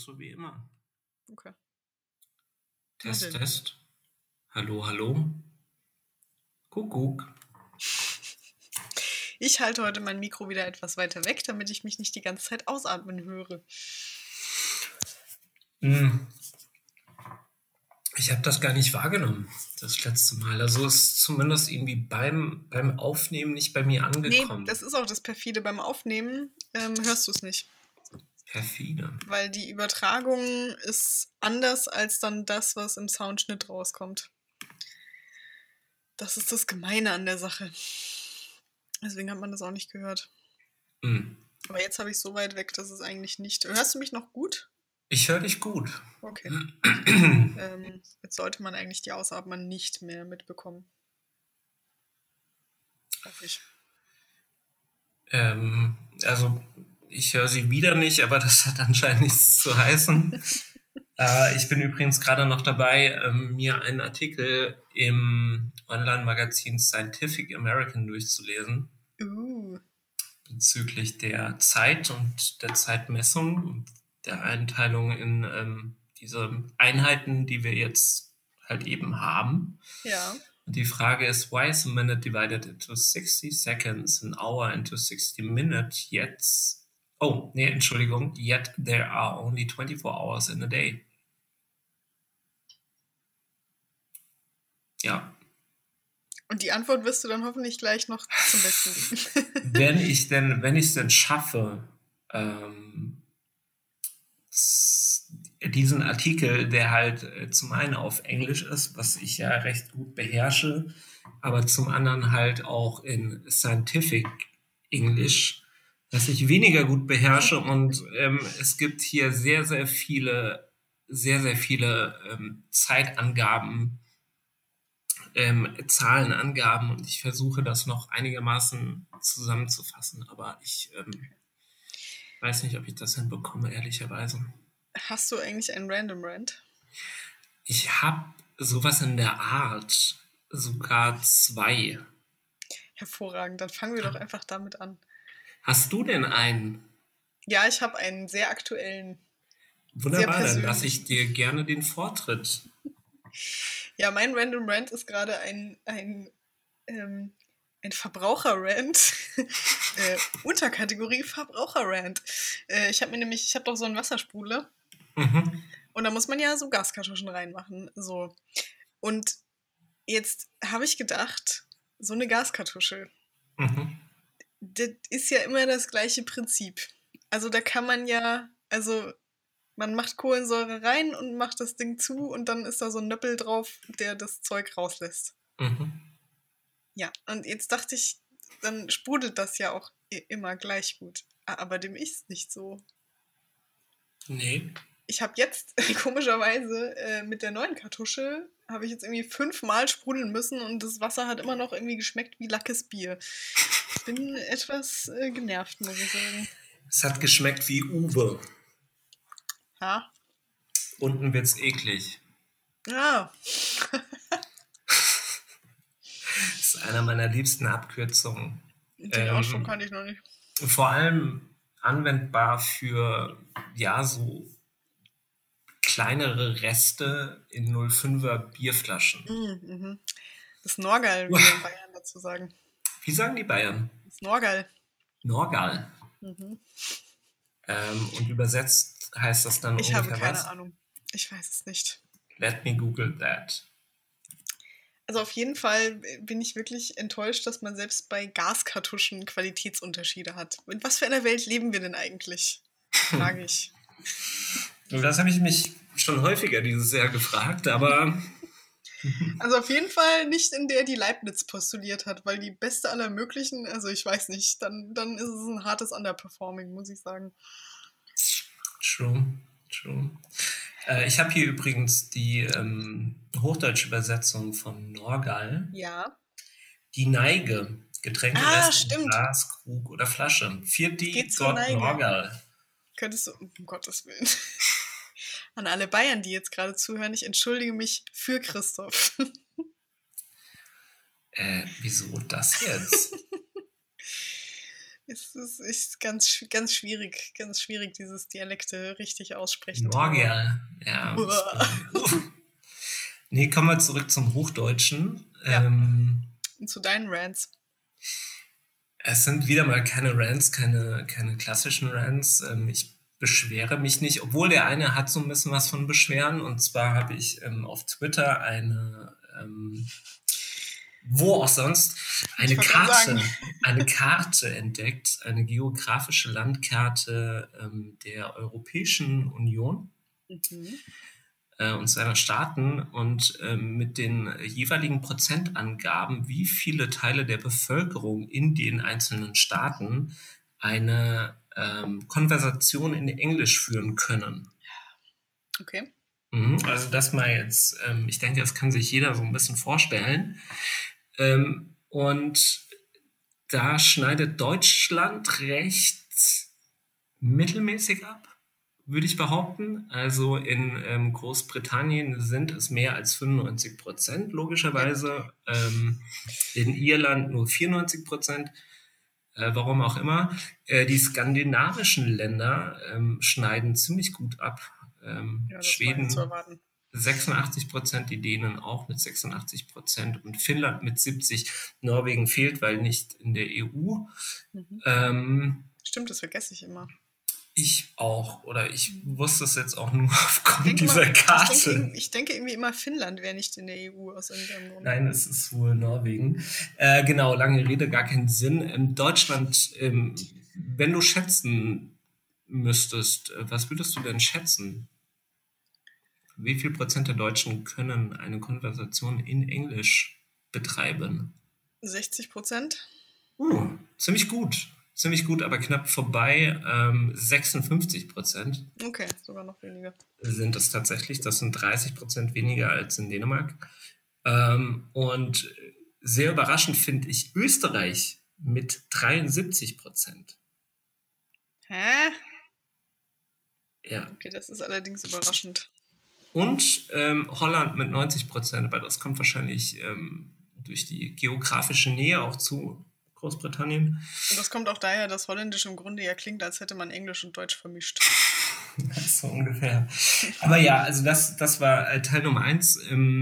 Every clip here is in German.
so wie immer. Okay. Test, denn? Test. Hallo, hallo. Kuckuck. Ich halte heute mein Mikro wieder etwas weiter weg, damit ich mich nicht die ganze Zeit ausatmen höre. Ich habe das gar nicht wahrgenommen, das letzte Mal. Also ist zumindest irgendwie beim Aufnehmen nicht bei mir Nee, angekommen. das ist auch das Perfide. Beim Aufnehmen hörst du es nicht. Perfide. Weil die Übertragung ist anders als dann das, was im Soundschnitt rauskommt. Das ist das Gemeine an der Sache. Deswegen hat man das auch nicht gehört. Aber jetzt habe ich es so weit weg, dass es eigentlich nicht... Hörst du mich noch gut? Ich höre dich gut. Okay. Jetzt sollte man eigentlich die Ausatmer nicht mehr mitbekommen. Hoffe ich. Also ich höre sie wieder nicht, aber das hat anscheinend nichts zu heißen. Ich bin übrigens gerade noch dabei, mir einen Artikel im Online-Magazin Scientific American durchzulesen. Bezüglich der Zeit und der Zeitmessung und der Einteilung in diese Einheiten, die wir jetzt halt eben haben. Ja. Und die Frage ist, why is a minute divided into 60 seconds, an hour into 60 minutes, yet there are only 24 hours in a day. Ja. Und die Antwort wirst du dann hoffentlich gleich noch zum Besten geben. Wenn ich es denn schaffe, diesen Artikel, der halt zum einen auf Englisch ist, was ich ja recht gut beherrsche, aber zum anderen halt auch in Scientific English, was ich weniger gut beherrsche, und es gibt hier sehr, sehr viele Zeitangaben, Zahlenangaben, und ich versuche das noch einigermaßen zusammenzufassen, aber ich weiß nicht, ob ich das hinbekomme, ehrlicherweise. Hast du eigentlich einen Random Rant? Ich habe sowas in der Art, sogar 2. Hervorragend, dann fangen wir doch einfach damit an. Hast du denn einen? Ja, ich habe einen sehr aktuellen. Wunderbar, dann lasse ich dir gerne den Vortritt. Ja, mein Random Rant ist gerade ein Verbraucher-Rant. Unterkategorie Verbraucher-Rant. Ich habe doch so einen Wassersprudler. Und da muss man ja so Gaskartuschen reinmachen. So. Und jetzt habe ich gedacht, so eine Gaskartusche, das ist ja immer das gleiche Prinzip. Also da kann man ja, man macht Kohlensäure rein und macht das Ding zu und dann ist da so ein Nöppel drauf, der das Zeug rauslässt. Ja, und jetzt dachte ich, dann sprudelt das ja auch immer gleich gut. Aber dem ist nicht so. Nee. Ich habe jetzt komischerweise mit der neuen Kartusche habe ich jetzt irgendwie 5-mal sprudeln müssen und das Wasser hat immer noch irgendwie geschmeckt wie lackes Bier. Ich bin etwas genervt, muss ich sagen. Es hat geschmeckt wie Uwe. Ha? Unten wird's eklig. Ja. Das ist einer meiner liebsten Abkürzungen. Den Ausdruck kannte ich noch nicht. Vor allem anwendbar für, ja, so kleinere Reste in 05er Bierflaschen. Das Norgal, wie wir in Bayern dazu sagen. Wie sagen die Bayern? Das Norgal. Norgal. Und übersetzt heißt das dann Ich ungefähr habe keine was? Ahnung. Ich weiß es nicht. Let me Google that. Also auf jeden Fall bin ich wirklich enttäuscht, dass man selbst bei Gaskartuschen Qualitätsunterschiede hat. In was für einer Welt leben wir denn eigentlich? Frage ich. Das habe ich mich schon häufiger dieses Jahr gefragt, aber... Also auf jeden Fall nicht in der, die Leibniz postuliert hat, weil die beste aller möglichen, also ich weiß nicht, dann ist es ein hartes Underperforming, muss ich sagen. True. Ich habe hier übrigens die hochdeutsche Übersetzung von Norgal. Ja. Die Neige. Getränkerest in stimmt. Glas, Krug oder Flasche. Geht zur Gott Neige. Norgal. Könntest du, um Gottes Willen. An alle Bayern, die jetzt gerade zuhören, ich entschuldige mich für Christoph. Wieso das jetzt? Es ist ganz schwierig, dieses Dialekte richtig aussprechen zu wollen. Norgia, ja. Nee, kommen wir zurück zum Hochdeutschen. Ja. Und zu deinen Rants. Es sind wieder mal keine Rants, keine klassischen Rants. Ich beschwere mich nicht, obwohl der eine hat so ein bisschen was von Beschweren. Und zwar habe ich auf Twitter wo auch sonst, eine Karte entdeckt, eine geografische Landkarte der Europäischen Union. Und seiner Staaten und mit den jeweiligen Prozentangaben, wie viele Teile der Bevölkerung in den einzelnen Staaten eine Konversation in Englisch führen können. Okay. Also das mal jetzt, ich denke, das kann sich jeder so ein bisschen vorstellen. Und da schneidet Deutschland recht mittelmäßig ab, würde ich behaupten. Also in Großbritannien sind es mehr als 95%, logischerweise. In Irland nur 94%. Warum auch immer. Die skandinavischen Länder schneiden ziemlich gut ab. Schweden 86%, die Dänen auch mit 86% und Finnland mit 70%. Norwegen fehlt, weil nicht in der EU. Stimmt, das vergesse ich immer. Ich auch, oder ich wusste es jetzt auch nur aufgrund dieser Karte. Ich denke irgendwie immer, Finnland wäre nicht in der EU aus irgendeinem Grund. Nein, es ist wohl Norwegen. Genau, lange Rede, gar keinen Sinn. Deutschland, wenn du schätzen müsstest, was würdest du denn schätzen? Wie viel Prozent der Deutschen können eine Konversation in Englisch betreiben? 60%. Ziemlich gut. Ziemlich gut, aber knapp vorbei. 56%. Okay, sogar noch weniger. Sind es tatsächlich. Das sind 30% weniger als in Dänemark. Und sehr überraschend finde ich Österreich mit 73%. Hä? Ja. Okay, das ist allerdings überraschend. Und Holland mit 90%, weil das kommt wahrscheinlich durch die geografische Nähe auch zu Großbritannien. Und das kommt auch daher, dass Holländisch im Grunde ja klingt, als hätte man Englisch und Deutsch vermischt. So ungefähr. Aber ja, also das war Teil Nummer 1.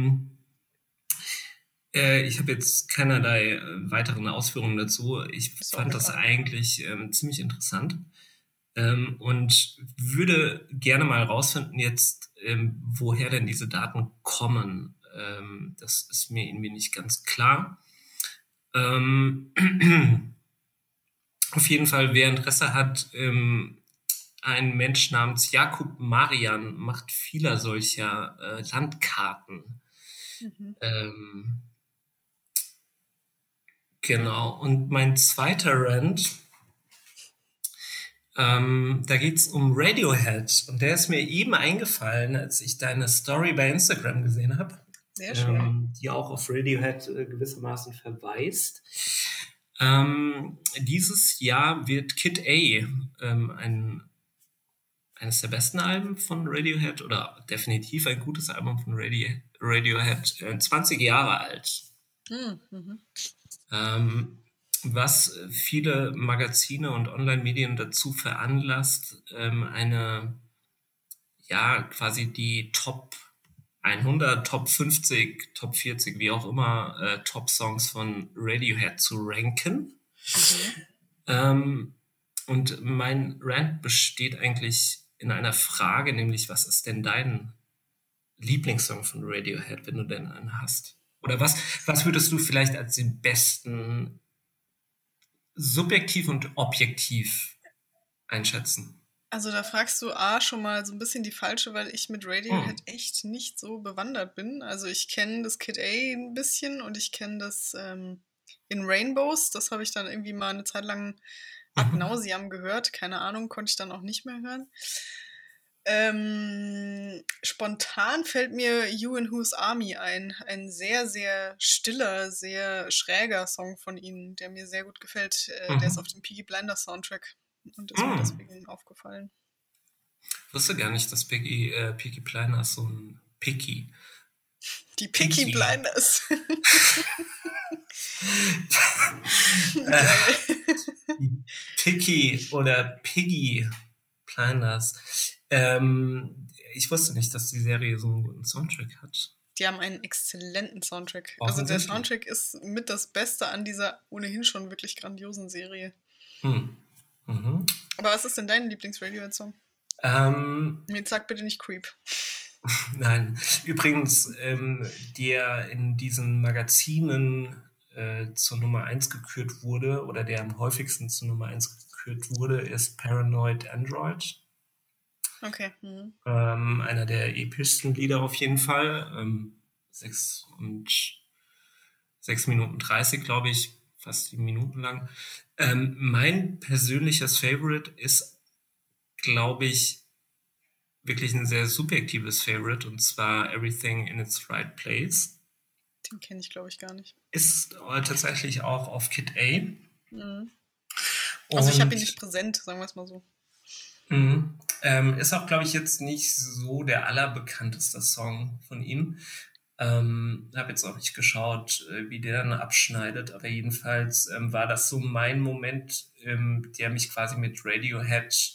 Ich habe jetzt keinerlei weiteren Ausführungen dazu. Ich fand das eigentlich ziemlich interessant und würde gerne mal rausfinden jetzt, woher denn diese Daten kommen. Das ist mir irgendwie nicht ganz klar. Auf jeden Fall, wer Interesse hat, ein Mensch namens Jakub Marian macht viele solcher Landkarten. Genau, und mein zweiter Rant, da geht es um Radiohead und der ist mir eben eingefallen, als ich deine Story bei Instagram gesehen habe. Sehr schön. Die auch auf Radiohead gewissermaßen verweist. Dieses Jahr wird Kid A eines der besten Alben von Radiohead oder definitiv ein gutes Album von Radiohead, 20 Jahre alt. Was viele Magazine und Online-Medien dazu veranlasst, quasi die Top 100, Top 50, Top 40, wie auch immer, Top-Songs von Radiohead zu ranken. Und mein Rant besteht eigentlich in einer Frage, nämlich, was ist denn dein Lieblingssong von Radiohead, wenn du denn einen hast? Oder was würdest du vielleicht als den besten subjektiv und objektiv einschätzen? Also da fragst du schon mal so ein bisschen die falsche, weil ich mit Radiohead echt nicht so bewandert bin. Also ich kenne das Kid A ein bisschen und ich kenne das in Rainbows. Das habe ich dann irgendwie mal eine Zeit lang ad nauseam gehört. Keine Ahnung, konnte ich dann auch nicht mehr hören. Spontan fällt mir You and Whose Army ein. Ein sehr, sehr stiller, sehr schräger Song von ihnen, der mir sehr gut gefällt. Der ist auf dem Peaky Blinders Soundtrack und ist mir deswegen aufgefallen. Ich wusste gar nicht, dass Peaky Blinders so ein Die Peaky Blinders. Picky oder Piggy Blinders. Ich wusste nicht, dass die Serie so einen guten Soundtrack hat. Die haben einen exzellenten Soundtrack. Also der Soundtrack ist mit das Beste an dieser ohnehin schon wirklich grandiosen Serie. Mhm. Aber was ist denn dein Lieblings-Radiohead-Song? Jetzt sag bitte nicht Creep. Nein, übrigens, der in diesen Magazinen zur Nummer 1 gekürt wurde, oder der am häufigsten zur Nummer 1 gekürt wurde, ist Paranoid Android. Okay. Einer der epischsten Lieder auf jeden Fall. 6 Minuten 30, glaube ich, fast 7 Minuten lang. Mein persönliches Favorite ist, glaube ich, wirklich ein sehr subjektives Favorite, und zwar Everything in its Right Place. Den kenne ich, glaube ich, gar nicht. Ist tatsächlich auch auf Kid A. Also ich habe ihn nicht präsent, sagen wir es mal so. Ist auch, glaube ich, jetzt nicht so der allerbekannteste Song von ihm. Habe jetzt auch nicht geschaut, wie der dann abschneidet, aber jedenfalls war das so mein Moment, der mich quasi mit Radiohead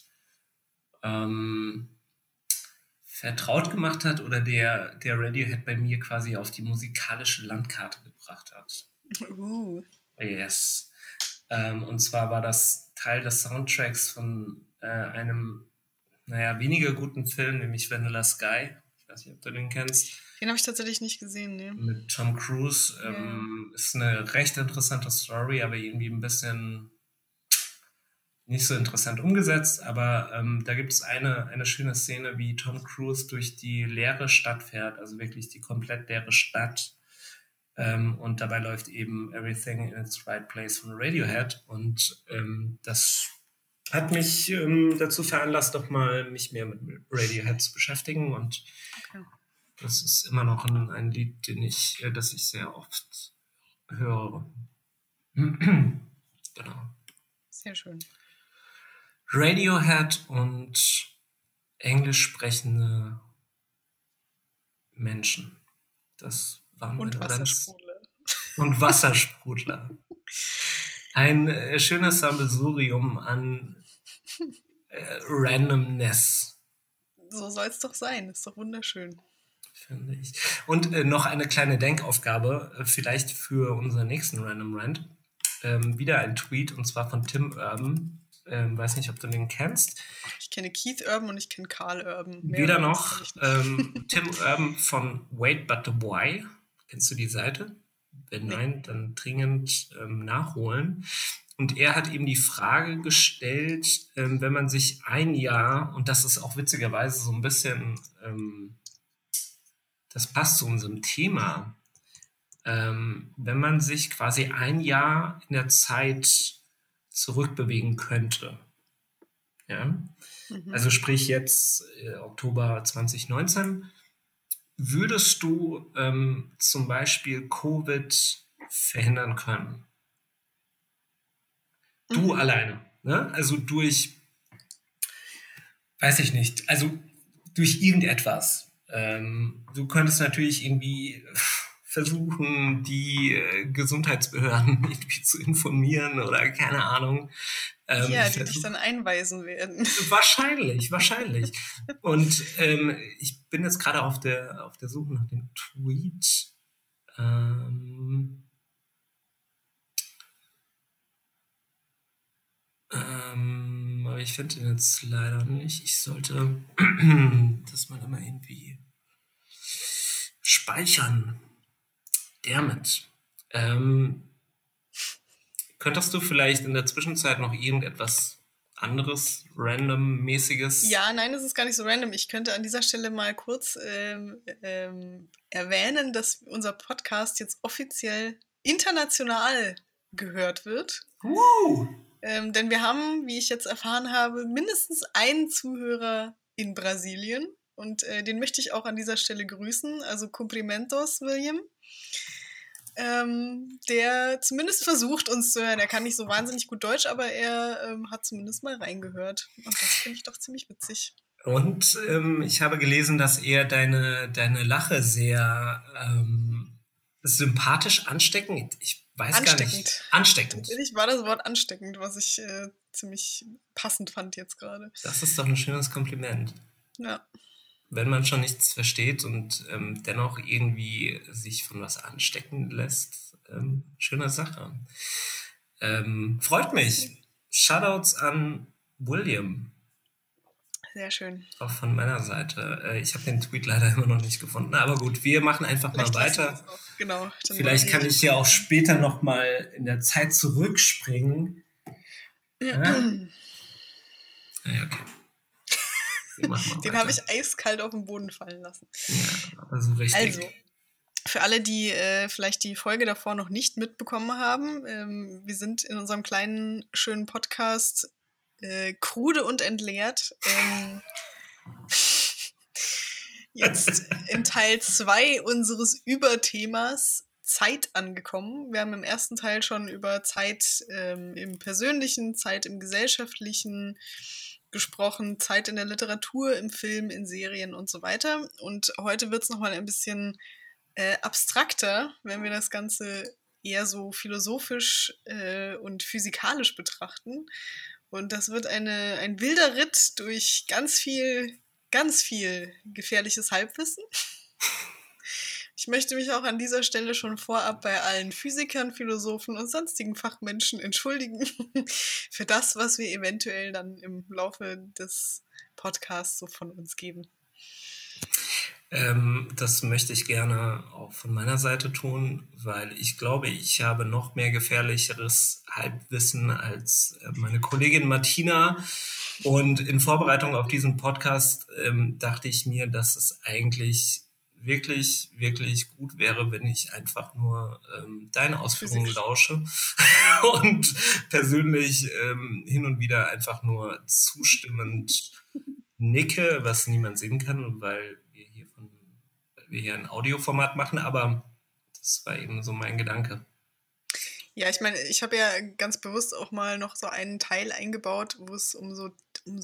vertraut gemacht hat, oder der Radiohead bei mir quasi auf die musikalische Landkarte gebracht hat. Yes. Und zwar war das Teil des Soundtracks von einem, weniger guten Film, nämlich Vanilla Sky. Ich weiß nicht, ob du den kennst. Den habe ich tatsächlich nicht gesehen, ne? Mit Tom Cruise. Ist eine recht interessante Story, aber irgendwie ein bisschen nicht so interessant umgesetzt. Aber da gibt es eine schöne Szene, wie Tom Cruise durch die leere Stadt fährt, also wirklich die komplett leere Stadt. Und dabei läuft eben Everything in its Right Place von Radiohead. Und das hat mich dazu veranlasst, doch mal mich mehr mit Radiohead zu beschäftigen. Und das ist immer noch ein Lied, das ich sehr oft höre. Genau. Sehr schön. Radiohead und englisch sprechende Menschen. Das waren und Wassersprudler. Und Wassersprudler. Ein schönes Sammelsurium an Randomness. So soll es doch sein. Ist doch wunderschön. Finde ich. Und noch eine kleine Denkaufgabe, vielleicht für unseren nächsten Random Rant. Wieder ein Tweet, und zwar von Tim Urban. Weiß nicht, ob du den kennst. Ich kenne Keith Urban und ich kenne Carl Urban. Wieder noch Tim Urban von Wait But The Why. Kennst du die Seite? Wenn nein, dann dringend nachholen. Und er hat ihm die Frage gestellt, wenn man sich ein Jahr, und das ist auch witzigerweise so ein bisschen, das passt zu unserem Thema, wenn man sich quasi ein Jahr in der Zeit zurückbewegen könnte. Ja? Also sprich jetzt Oktober 2019, würdest du zum Beispiel Covid verhindern können? Du alleine. Ne? Also weiß ich nicht, also durch irgendetwas. Du könntest natürlich irgendwie versuchen, die Gesundheitsbehörden irgendwie zu informieren oder keine Ahnung. Die dich dann einweisen werden. Wahrscheinlich. Und ich bin jetzt gerade auf der Suche nach dem Tweet. Aber ich finde ihn jetzt leider nicht. Ich sollte das mal immer irgendwie speichern. Damit. Könntest du vielleicht in der Zwischenzeit noch irgendetwas anderes, random-mäßiges? Ja, nein, es ist gar nicht so random. Ich könnte an dieser Stelle mal kurz erwähnen, dass unser Podcast jetzt offiziell international gehört wird. Denn wir haben, wie ich jetzt erfahren habe, mindestens einen Zuhörer in Brasilien. Und den möchte ich auch an dieser Stelle grüßen. Also Cumprimentos, William. Der zumindest versucht, uns zu hören. Er kann nicht so wahnsinnig gut Deutsch, aber er hat zumindest mal reingehört. Und das finde ich doch ziemlich witzig. Und ich habe gelesen, dass er deine Lache sehr sympathisch ansteckend. Ich Weiß gar nicht. Ansteckend. Tatsächlich war das Wort ansteckend, was ich ziemlich passend fand jetzt gerade. Das ist doch ein schönes Kompliment. Ja. Wenn man schon nichts versteht und dennoch irgendwie sich von was anstecken lässt, schöne Sache. Freut mich. Shoutouts an William. Sehr schön. Auch von meiner Seite. Ich habe den Tweet leider immer noch nicht gefunden, aber gut, wir machen einfach mal weiter. Genau. Vielleicht kann ich ja auch später noch mal in der Zeit zurückspringen. Ja, okay. Den habe ich eiskalt auf den Boden fallen lassen. Ja, aber so richtig. Also, für alle, die vielleicht die Folge davor noch nicht mitbekommen haben, wir sind in unserem kleinen, schönen Podcast krude und entleert jetzt in Teil 2 unseres Überthemas Zeit angekommen. Wir haben im ersten Teil schon über Zeit im Persönlichen, Zeit im Gesellschaftlichen gesprochen, Zeit in der Literatur, im Film, in Serien und so weiter. Und heute wird es nochmal ein bisschen abstrakter, wenn wir das Ganze eher so philosophisch und physikalisch betrachten. Und das wird ein wilder Ritt durch ganz viel gefährliches Halbwissen. Ich möchte mich auch an dieser Stelle schon vorab bei allen Physikern, Philosophen und sonstigen Fachmenschen entschuldigen für das, was wir eventuell dann im Laufe des Podcasts so von uns geben. Das möchte ich gerne auch von meiner Seite tun, weil ich glaube, ich habe noch mehr gefährlicheres Halbwissen als meine Kollegin Martina. Und in Vorbereitung auf diesen Podcast dachte ich mir, dass es eigentlich wirklich, wirklich gut wäre, wenn ich einfach nur deine Ausführungen lausche und persönlich hin und wieder einfach nur zustimmend nicke, was niemand sehen kann, weil wir hier ein Audioformat machen, aber das war eben so mein Gedanke. Ja, ich meine, ich habe ja ganz bewusst auch mal noch so einen Teil eingebaut, wo es um so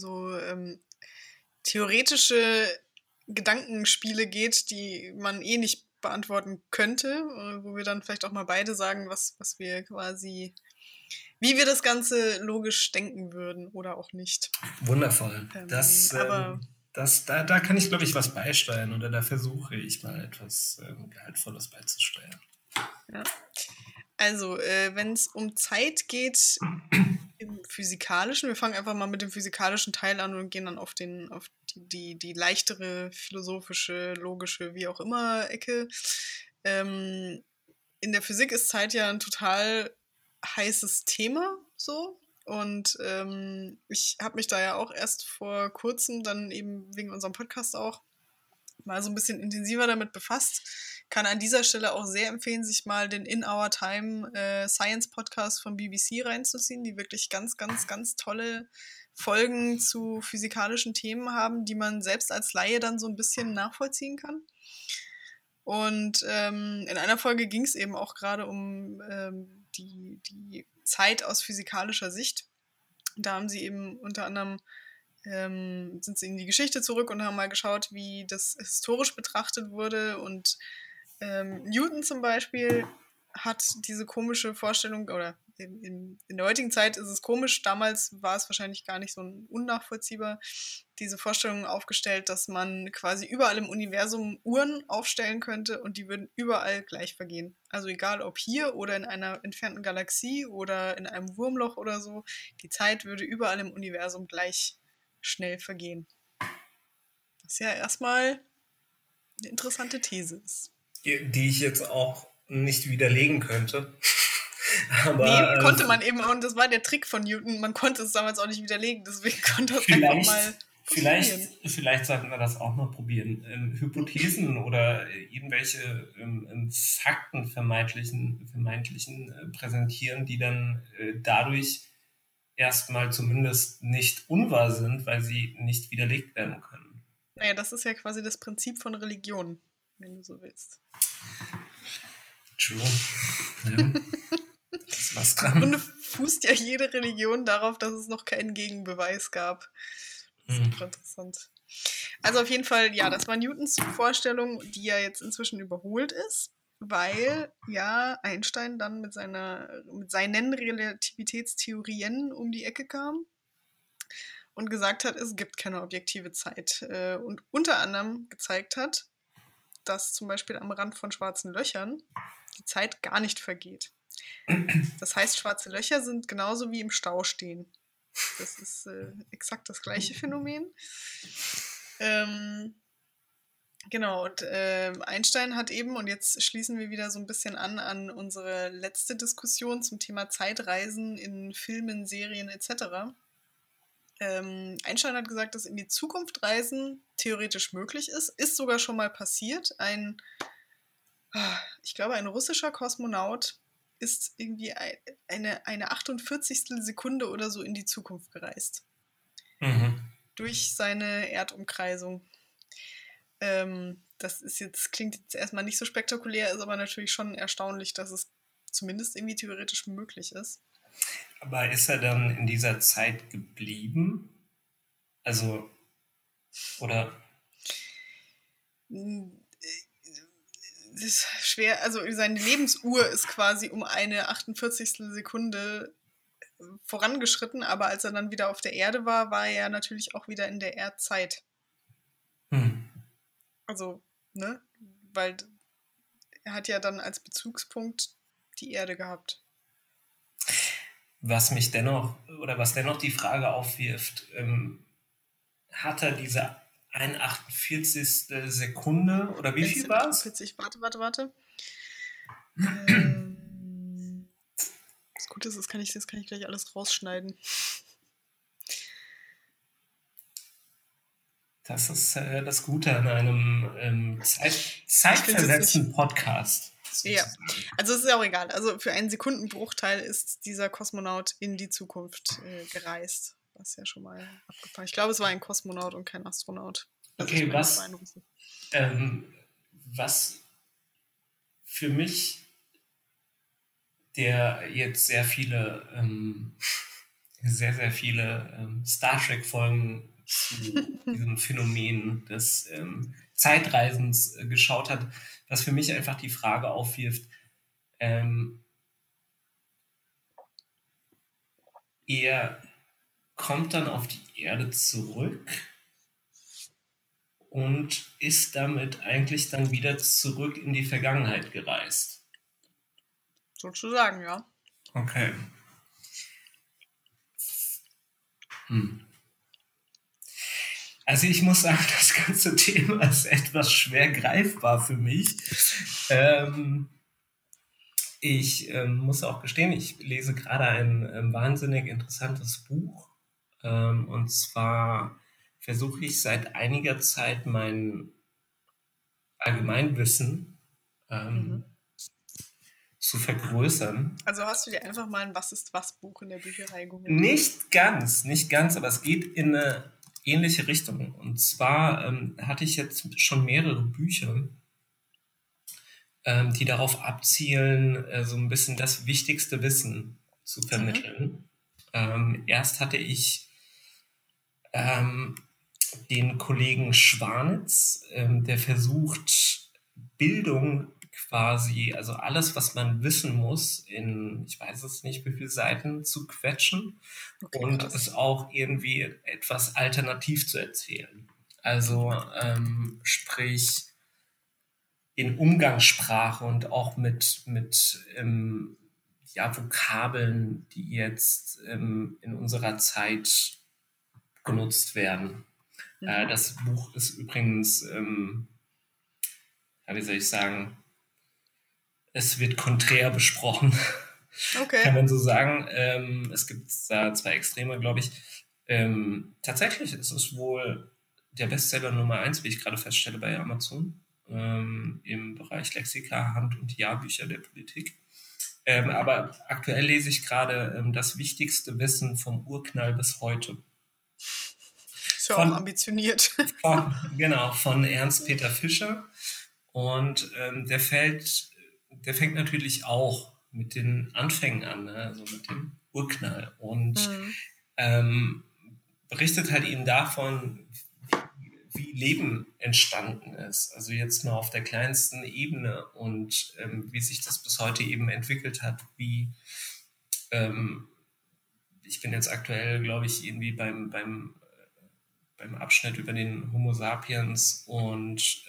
theoretische Gedankenspiele geht, die man eh nicht beantworten könnte, wo wir dann vielleicht auch mal beide sagen, was wir quasi, wie wir das Ganze logisch denken würden oder auch nicht. Wundervoll. Da kann ich, glaube ich, was beisteuern oder da versuche ich mal etwas Gehaltvolles beizusteuern. Ja. Also, wenn es um Zeit geht im Physikalischen, wir fangen einfach mal mit dem physikalischen Teil an und gehen dann auf die leichtere, philosophische, logische, wie auch immer Ecke. In der Physik ist Zeit ja ein total heißes Thema, so. Und ich habe mich da ja auch erst vor kurzem, dann eben wegen unserem Podcast auch, mal so ein bisschen intensiver damit befasst. Kann an dieser Stelle auch sehr empfehlen, sich mal den In Our Time Science Podcast vom BBC reinzuziehen, die wirklich ganz, ganz, ganz tolle Folgen zu physikalischen Themen haben, die man selbst als Laie dann so ein bisschen nachvollziehen kann. Und in einer Folge ging es eben auch gerade um die Zeit aus physikalischer Sicht. Da haben sie eben unter anderem sind sie in die Geschichte zurück und haben mal geschaut, wie das historisch betrachtet wurde. Und Newton zum Beispiel hat diese komische Vorstellung, oder in der heutigen Zeit ist es komisch, damals war es wahrscheinlich gar nicht so unnachvollziehbar, diese Vorstellung aufgestellt, dass man quasi überall im Universum Uhren aufstellen könnte und die würden überall gleich vergehen. Also egal ob hier oder in einer entfernten Galaxie oder in einem Wurmloch oder so, die Zeit würde überall im Universum gleich schnell vergehen. Was ja erstmal eine interessante These ist. Die ich jetzt auch nicht widerlegen könnte. Aber, nee, konnte man eben, und das war der Trick von Newton, man konnte es damals auch nicht widerlegen, deswegen konnte es einfach mal Vielleicht sollten wir das auch mal probieren. Hypothesen oder irgendwelche Fakten vermeintlichen präsentieren, die dann dadurch erstmal zumindest nicht unwahr sind, weil sie nicht widerlegt werden können. Naja, das ist ja quasi das Prinzip von Religion, wenn du so willst. True. Ja. Das ist was dran. Im Grunde fußt ja jede Religion darauf, dass es noch keinen Gegenbeweis gab. Das ist super interessant. Also auf jeden Fall, ja, das war Newtons Vorstellung, die ja jetzt inzwischen überholt ist. weil ja Einstein dann mit seinen Relativitätstheorien um die Ecke kam und gesagt hat, es gibt keine objektive Zeit. Und unter anderem gezeigt hat, dass zum Beispiel am Rand von schwarzen Löchern die Zeit gar nicht vergeht. Das heißt, schwarze Löcher sind genauso wie im Stau stehen. Das ist exakt das gleiche Phänomen. Genau, und Einstein hat eben, und jetzt schließen wir wieder so ein bisschen an unsere letzte Diskussion zum Thema Zeitreisen in Filmen, Serien etc. Einstein hat gesagt, dass in die Zukunft Reisen theoretisch möglich ist sogar schon mal passiert. Ich glaube, ein russischer Kosmonaut ist irgendwie eine 48. Sekunde oder so in die Zukunft gereist. Durch seine Erdumkreisung. Klingt jetzt erstmal nicht so spektakulär, ist aber natürlich schon erstaunlich, dass es zumindest irgendwie theoretisch möglich ist. Aber ist er dann in dieser Zeit geblieben? Also, oder? Das ist schwer, also seine Lebensuhr ist quasi um eine 48. Sekunde vorangeschritten, aber als er dann wieder auf der Erde war, war er natürlich auch wieder in der Erdzeit. Also, ne? Weil er hat ja dann als Bezugspunkt die Erde gehabt. Was dennoch die Frage aufwirft, hat er diese 48. Sekunde oder wie viel war es? Warte. Das Gute ist, das kann ich gleich alles rausschneiden. Das ist das Gute an einem zeitversetzten Podcast. Ja, also es ist auch egal. Also für einen Sekundenbruchteil ist dieser Kosmonaut in die Zukunft gereist. Das ist ja schon mal abgefahren. Ich glaube, es war ein Kosmonaut und kein Astronaut. Okay, was für mich, der jetzt sehr viele Star Trek-Folgen zu diesem Phänomen des Zeitreisens geschaut hat, was für mich einfach die Frage aufwirft, er kommt dann auf die Erde zurück und ist damit eigentlich dann wieder zurück in die Vergangenheit gereist. Sozusagen, ja. Okay. Also ich muss sagen, das ganze Thema ist etwas schwer greifbar für mich. Ich muss auch gestehen, ich lese gerade ein wahnsinnig interessantes Buch. Und zwar versuche ich seit einiger Zeit mein Allgemeinwissen zu vergrößern. Also hast du dir einfach mal ein Was-ist-was-Buch in der Bücherei geholt? Nicht ganz, aber es geht in eine ähnliche Richtung. Und zwar hatte ich jetzt schon mehrere Bücher, die darauf abzielen, so ein bisschen das wichtigste Wissen zu vermitteln. Erst hatte ich den Kollegen Schwanitz, der versucht, Bildung quasi, also alles, was man wissen muss, in, ich weiß es nicht, wie viele Seiten zu quetschen und es auch irgendwie etwas alternativ zu erzählen. Also sprich in Umgangssprache und auch mit Vokabeln, die jetzt in unserer Zeit genutzt werden. Das Buch ist übrigens, wie soll ich sagen, es wird konträr besprochen, kann man so sagen. Es gibt da zwei Extreme, glaube ich. Tatsächlich ist es wohl der Bestseller Nummer 1, wie ich gerade feststelle, bei Amazon, im Bereich Lexika, Hand- und Jahrbücher der Politik. Aber aktuell lese ich gerade das wichtigste Wissen vom Urknall bis heute. Ist ja auch ambitioniert. Von Ernst Peter Fischer. Und der fängt natürlich auch mit den Anfängen an, ne? Also mit dem Urknall. Und berichtet halt eben davon, wie Leben entstanden ist. Also jetzt mal auf der kleinsten Ebene und wie sich das bis heute eben entwickelt hat. Ich bin jetzt aktuell, glaube ich, irgendwie beim Abschnitt über den Homo sapiens und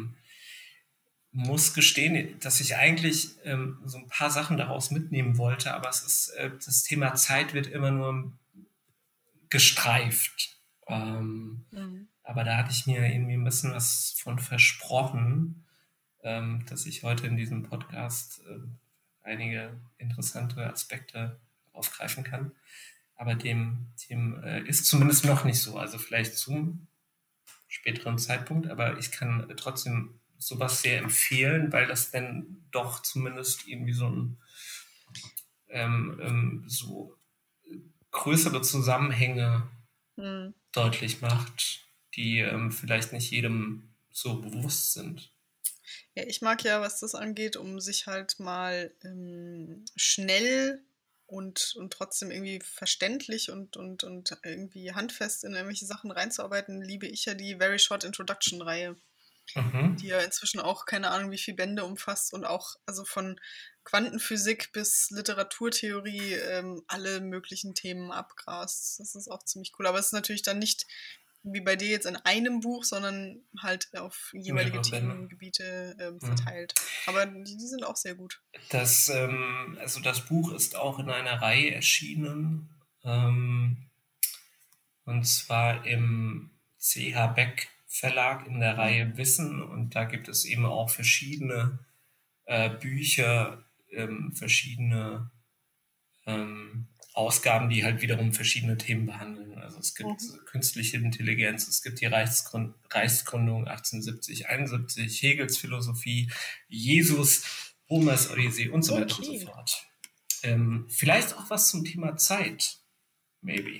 muss gestehen, dass ich eigentlich so ein paar Sachen daraus mitnehmen wollte, aber es ist das Thema Zeit wird immer nur gestreift. Aber da hatte ich mir irgendwie ein bisschen was von versprochen, dass ich heute in diesem Podcast einige interessante Aspekte aufgreifen kann. Aber dem ist zumindest noch nicht so. Also vielleicht zum späteren Zeitpunkt, aber ich kann trotzdem sowas sehr empfehlen, weil das dann doch zumindest irgendwie so größere Zusammenhänge deutlich macht, die vielleicht nicht jedem so bewusst sind. Ja, ich mag ja, was das angeht, um sich halt mal schnell und trotzdem irgendwie verständlich und irgendwie handfest in irgendwelche Sachen reinzuarbeiten, liebe ich ja die Very Short Introduction-Reihe, die ja inzwischen auch keine Ahnung wie viele Bände umfasst und auch also von Quantenphysik bis Literaturtheorie alle möglichen Themen abgrast. Das ist auch ziemlich cool. Aber es ist natürlich dann nicht wie bei dir jetzt in einem Buch, sondern halt auf jeweilige Themengebiete verteilt. Aber die sind auch sehr gut. Also das Buch ist auch in einer Reihe erschienen, und zwar im C.H. Beck Verlag in der Reihe Wissen, und da gibt es eben auch verschiedene Bücher, verschiedene Ausgaben, die halt wiederum verschiedene Themen behandeln. Also es gibt künstliche Intelligenz, es gibt die Reichsgründung 1870, 71, Hegels Philosophie, Jesus, Homers Odyssee und so weiter und so fort. Vielleicht auch was zum Thema Zeit, maybe.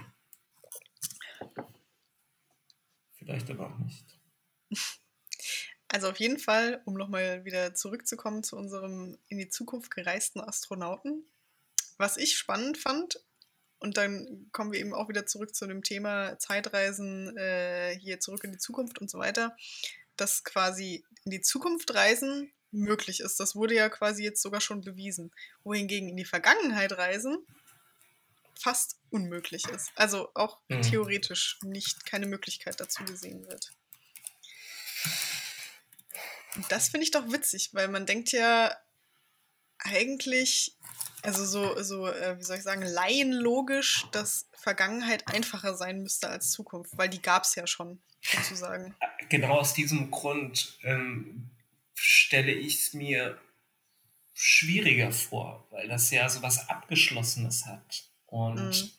Vielleicht aber auch nicht. Also auf jeden Fall, um nochmal wieder zurückzukommen zu unserem in die Zukunft gereisten Astronauten, was ich spannend fand, und dann kommen wir eben auch wieder zurück zu dem Thema Zeitreisen, hier zurück in die Zukunft und so weiter, dass quasi in die Zukunft reisen möglich ist. Das wurde ja quasi jetzt sogar schon bewiesen. Wohingegen in die Vergangenheit reisen fast unmöglich ist. Also auch theoretisch keine Möglichkeit dazu gesehen wird. Und das finde ich doch witzig, weil man denkt ja eigentlich, also wie soll ich sagen, laienlogisch, dass Vergangenheit einfacher sein müsste als Zukunft, weil die gab es ja schon, sozusagen. Genau aus diesem Grund stelle ich es mir schwieriger vor, weil das ja so was Abgeschlossenes hat. Und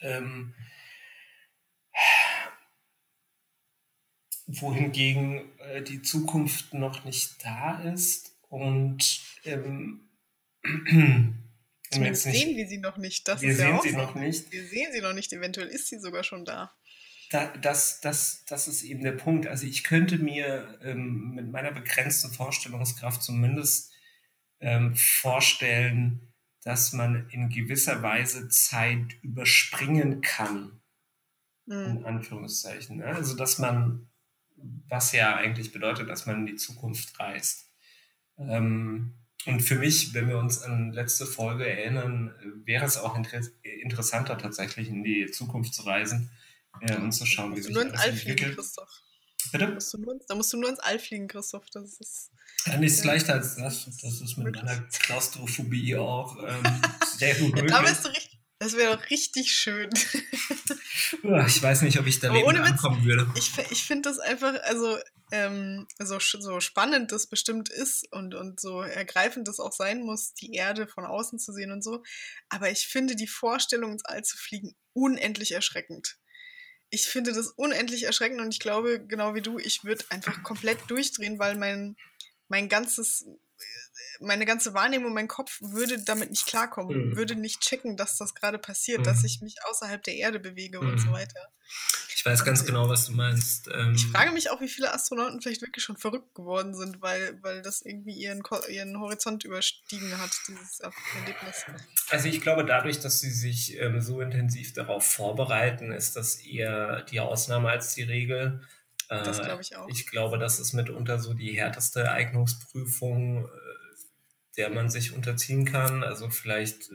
wohingegen die Zukunft noch nicht da ist und zumindest sehen wir sie noch nicht. Wir sehen sie noch nicht. Eventuell ist sie sogar schon da. Das ist eben der Punkt. Also ich könnte mir mit meiner begrenzten Vorstellungskraft zumindest vorstellen, dass man in gewisser Weise Zeit überspringen kann, in Anführungszeichen. Also dass man, was ja eigentlich bedeutet, dass man in die Zukunft reist. Und für mich, wenn wir uns an letzte Folge erinnern, wäre es auch interessanter, tatsächlich in die Zukunft zu reisen und zu schauen, wie sich alles entwickelt. Christoph. Bitte? Da musst du nur ins All fliegen, Christoph. Das ist nichts leichter als das. Das ist mit meiner Klaustrophobie auch sehr gut möglich. Das wäre doch richtig schön. Ich weiß nicht, ob ich da lebend ankommen würde. Ich finde das einfach, also so spannend das bestimmt ist und so ergreifend das auch sein muss, die Erde von außen zu sehen und so. Aber ich finde die Vorstellung, ins All zu fliegen, unendlich erschreckend. Ich finde das unendlich erschreckend und ich glaube, genau wie du, ich würde einfach komplett durchdrehen, weil meine ganze Wahrnehmung, mein Kopf würde damit nicht klarkommen, würde nicht checken, dass das gerade passiert, dass ich mich außerhalb der Erde bewege und so weiter. Ich weiß ganz genau, was du meinst. Ich frage mich auch, wie viele Astronauten vielleicht wirklich schon verrückt geworden sind, weil das irgendwie ihren Horizont überstiegen hat, dieses Erlebnis. Also ich glaube, dadurch, dass sie sich so intensiv darauf vorbereiten, ist das eher die Ausnahme als die Regel. Das glaube ich auch. Ich glaube, das ist mitunter so die härteste Eignungsprüfung, der man sich unterziehen kann. Also vielleicht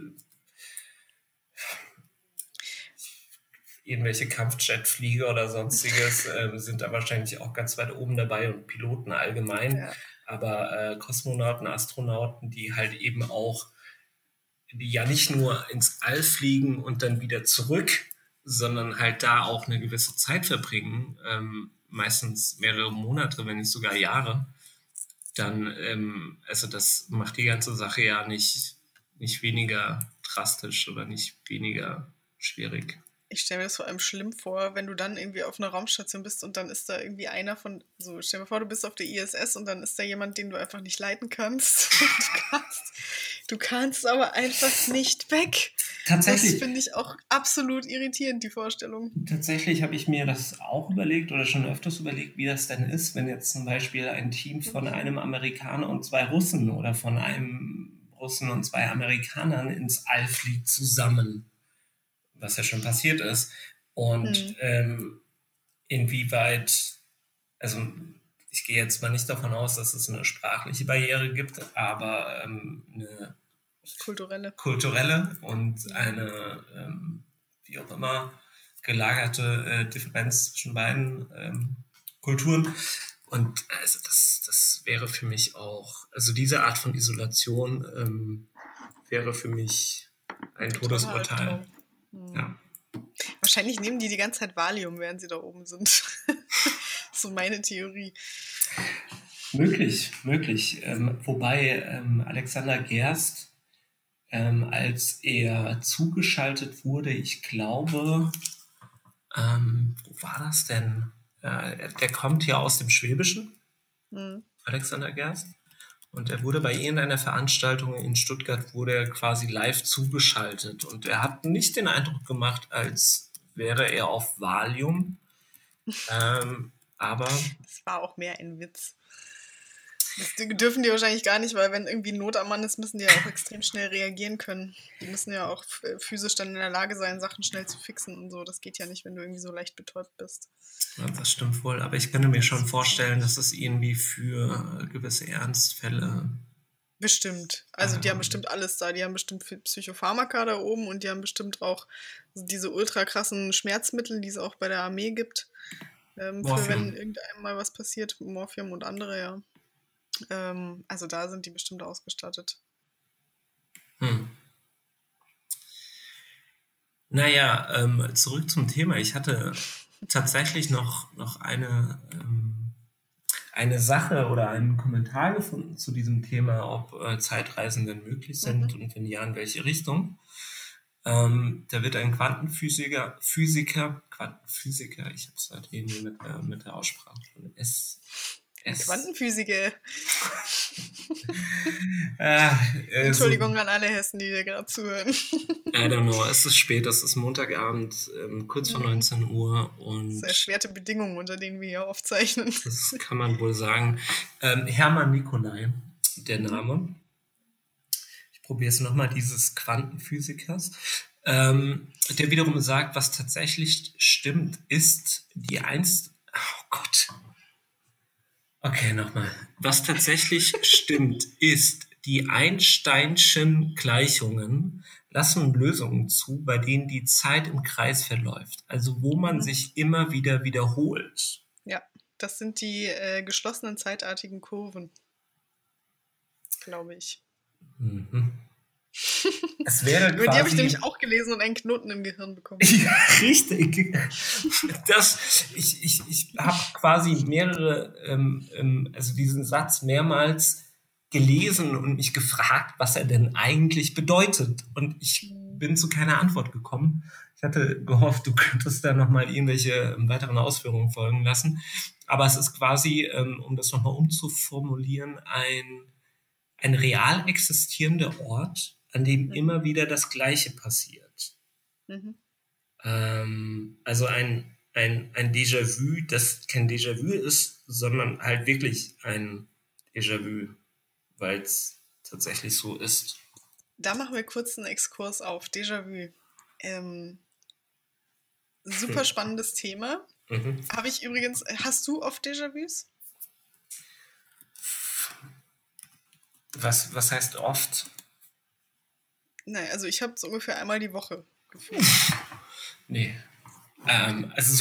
irgendwelche Kampfjetflieger oder sonstiges sind da wahrscheinlich auch ganz weit oben dabei und Piloten allgemein. Ja. Aber Kosmonauten, Astronauten, die halt eben auch, die ja nicht nur ins All fliegen und dann wieder zurück, sondern halt da auch eine gewisse Zeit verbringen, meistens mehrere Monate, wenn nicht sogar Jahre, dann, also das macht die ganze Sache ja nicht weniger drastisch oder nicht weniger schwierig. Ich stelle mir das vor allem schlimm vor, wenn du dann irgendwie auf einer Raumstation bist und dann ist da irgendwie einer von, so stell dir vor, du bist auf der ISS und dann ist da jemand, den du einfach nicht leiten kannst. Du kannst aber einfach nicht weg. Tatsächlich. Das finde ich auch absolut irritierend, die Vorstellung. Tatsächlich habe ich mir das auch überlegt oder schon öfters überlegt, wie das denn ist, wenn jetzt zum Beispiel ein Team von einem Amerikaner und 2 Russen oder von einem Russen und 2 Amerikanern ins All fliegt zusammen, was ja schon passiert ist. Und inwieweit, also ich gehe jetzt mal nicht davon aus, dass es eine sprachliche Barriere gibt, aber eine kulturelle und eine, wie auch immer, gelagerte Differenz zwischen beiden Kulturen. Und also das wäre für mich auch, also diese Art von Isolation wäre für mich ein Todesurteil. Ja. Wahrscheinlich nehmen die ganze Zeit Valium, während sie da oben sind. So meine Theorie. Möglich. Wobei Alexander Gerst, als er zugeschaltet wurde, ich glaube, wo war das denn? Der kommt ja aus dem Schwäbischen, Alexander Gerst. Und er wurde bei irgendeiner Veranstaltung in Stuttgart, wurde er quasi live zugeschaltet. Und er hat nicht den Eindruck gemacht, als wäre er auf Valium. Aber das war auch mehr ein Witz. Das dürfen die wahrscheinlich gar nicht, weil wenn irgendwie Not am Mann ist, müssen die ja auch extrem schnell reagieren können. Die müssen ja auch physisch dann in der Lage sein, Sachen schnell zu fixen und so. Das geht ja nicht, wenn du irgendwie so leicht betäubt bist. Ja, das stimmt wohl. Aber ich könnte mir schon vorstellen, dass es irgendwie für gewisse Ernstfälle... Bestimmt. Also die haben bestimmt alles da. Die haben bestimmt Psychopharmaka da oben und die haben bestimmt auch diese ultra krassen Schmerzmittel, die es auch bei der Armee gibt. Für wenn irgendeinem mal was passiert. Morphium und andere, ja. Also da sind die bestimmt ausgestattet. Naja, zurück zum Thema. Ich hatte tatsächlich noch eine Sache oder einen Kommentar gefunden zu diesem Thema, ob Zeitreisen denn möglich sind und wenn ja, in welche Richtung. Da wird ein Quantenphysiker, ich habe es halt irgendwie mit der Aussprache von Quantenphysiker. Entschuldigung an alle Hessen, die dir gerade zuhören. I don't know, es ist spät, es ist Montagabend, kurz vor 19 Uhr. Und sehr erschwerte Bedingungen, unter denen wir hier aufzeichnen. Das kann man wohl sagen. Hermann Nicolai, der Name. Ich probiere es nochmal, dieses Quantenphysikers. Der wiederum sagt, was tatsächlich stimmt, ist die Oh Gott. Okay, nochmal. Was tatsächlich stimmt, ist, die Einsteinschen Gleichungen lassen Lösungen zu, bei denen die Zeit im Kreis verläuft. Also wo man sich immer wieder wiederholt. Ja, das sind die geschlossenen zeitartigen Kurven. Glaube ich. Es wäre über die habe ich nämlich auch gelesen und einen Knoten im Gehirn bekommen. Ja, richtig. Ich habe quasi also diesen Satz mehrmals gelesen und mich gefragt, was er denn eigentlich bedeutet. Und ich bin zu keiner Antwort gekommen. Ich hatte gehofft, du könntest da nochmal irgendwelche weiteren Ausführungen folgen lassen. Aber es ist quasi, um das nochmal umzuformulieren, ein real existierender Ort, an dem immer wieder das Gleiche passiert. Also ein Déjà-vu, das kein Déjà-vu ist, sondern halt wirklich ein Déjà-vu, weil es tatsächlich so ist. Da machen wir kurz einen Exkurs auf Déjà-vu. Super spannendes Thema. Mhm. Habe ich übrigens, hast du oft Déjà-vus? Was heißt oft? Nein, also ich habe es ungefähr einmal die Woche gefühlt. Nee. Also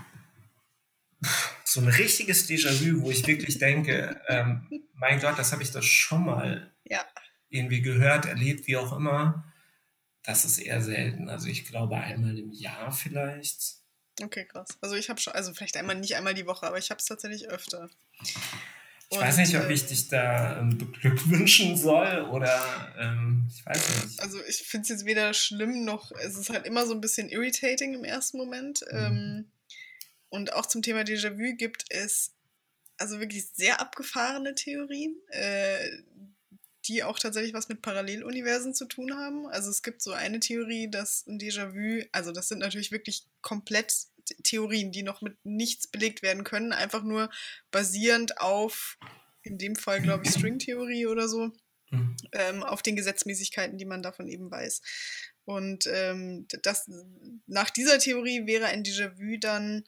so ein richtiges Déjà-vu, wo ich wirklich denke, mein Gott, das habe ich doch schon mal Ja, irgendwie gehört, erlebt, wie auch immer. Das ist eher selten. Also ich glaube einmal im Jahr vielleicht. okay, krass. Also ich habe schon, also vielleicht nicht einmal die Woche, aber ich habe es tatsächlich öfter. Ich weiß Und nicht, ob ich dich da beglückwünschen soll oder ich weiß nicht. also ich finde es jetzt weder schlimm noch, es ist halt immer so ein bisschen irritating im ersten Moment. Und auch zum Thema Déjà-vu gibt es also wirklich sehr abgefahrene Theorien, die auch tatsächlich was mit Paralleluniversen zu tun haben. Also es gibt so eine Theorie, dass ein Déjà-vu, also das sind natürlich wirklich komplett Theorien, die noch mit nichts belegt werden können, einfach nur basierend auf, in dem Fall glaube ich Stringtheorie oder so, auf den Gesetzmäßigkeiten, die man davon eben weiß. Und nach dieser Theorie wäre ein Déjà-vu dann,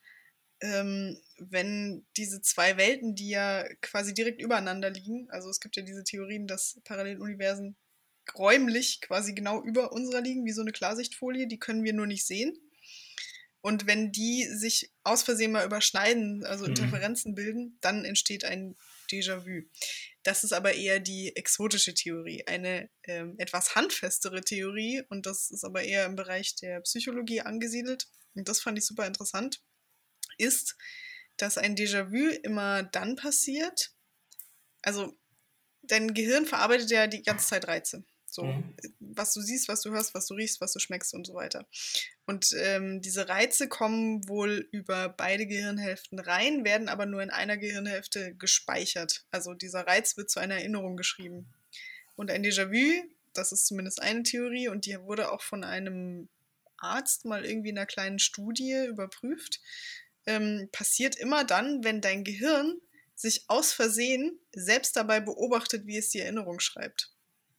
wenn diese zwei Welten, die ja quasi direkt übereinander liegen, also es gibt ja diese Theorien, dass Paralleluniversen räumlich quasi genau über unserer liegen, wie so eine Klarsichtfolie, die können wir nur nicht sehen. Und wenn die sich aus Versehen mal überschneiden, also Interferenzen bilden, dann entsteht ein Déjà-vu. Das ist aber eher die exotische Theorie, eine etwas handfestere Theorie, und das ist aber eher im Bereich der Psychologie angesiedelt. Und das fand ich super interessant, ist, dass ein Déjà-vu immer dann passiert, also dein Gehirn verarbeitet ja die ganze Zeit Reize. So, was du siehst, was du hörst, was du riechst, was du schmeckst und so weiter. Und diese Reize kommen wohl über beide Gehirnhälften rein, werden aber nur in einer Gehirnhälfte gespeichert. Also dieser Reiz wird zu einer Erinnerung geschrieben. Und ein Déjà-vu, das ist zumindest eine Theorie, und die wurde auch von einem Arzt mal irgendwie in einer kleinen Studie überprüft, passiert immer dann, wenn dein Gehirn sich aus Versehen selbst dabei beobachtet, wie es die Erinnerung schreibt.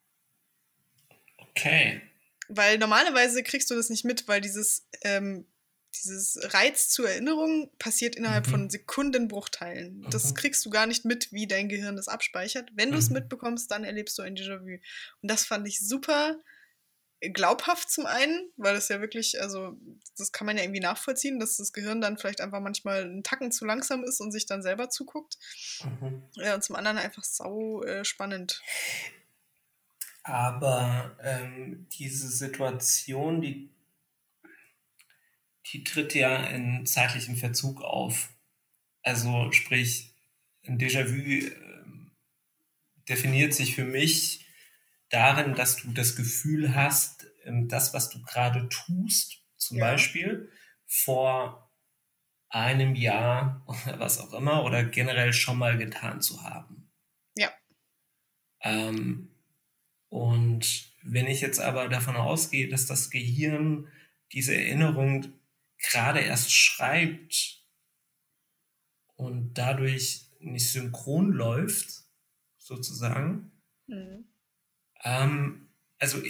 Okay. Weil normalerweise kriegst du das nicht mit, weil dieses Reiz zur Erinnerung passiert innerhalb von Sekundenbruchteilen. Das kriegst du gar nicht mit, wie dein Gehirn das abspeichert. Wenn du es mitbekommst, dann erlebst du ein Déjà-vu. Und das fand ich super glaubhaft zum einen, weil das ja wirklich, also das kann man ja irgendwie nachvollziehen, dass das Gehirn dann vielleicht einfach manchmal einen Tacken zu langsam ist und sich dann selber zuguckt. Ja, und zum anderen einfach sau spannend. Aber diese Situation, die tritt ja in zeitlichem Verzug auf. Also sprich, ein Déjà-vu definiert sich für mich darin, dass du das Gefühl hast, das, was du gerade tust, zum Ja. Beispiel vor einem Jahr oder was auch immer oder generell schon mal getan zu haben. Ja. Ähm, und wenn ich jetzt aber davon ausgehe, dass das Gehirn diese Erinnerung gerade erst schreibt und dadurch nicht synchron läuft, sozusagen, Mhm. also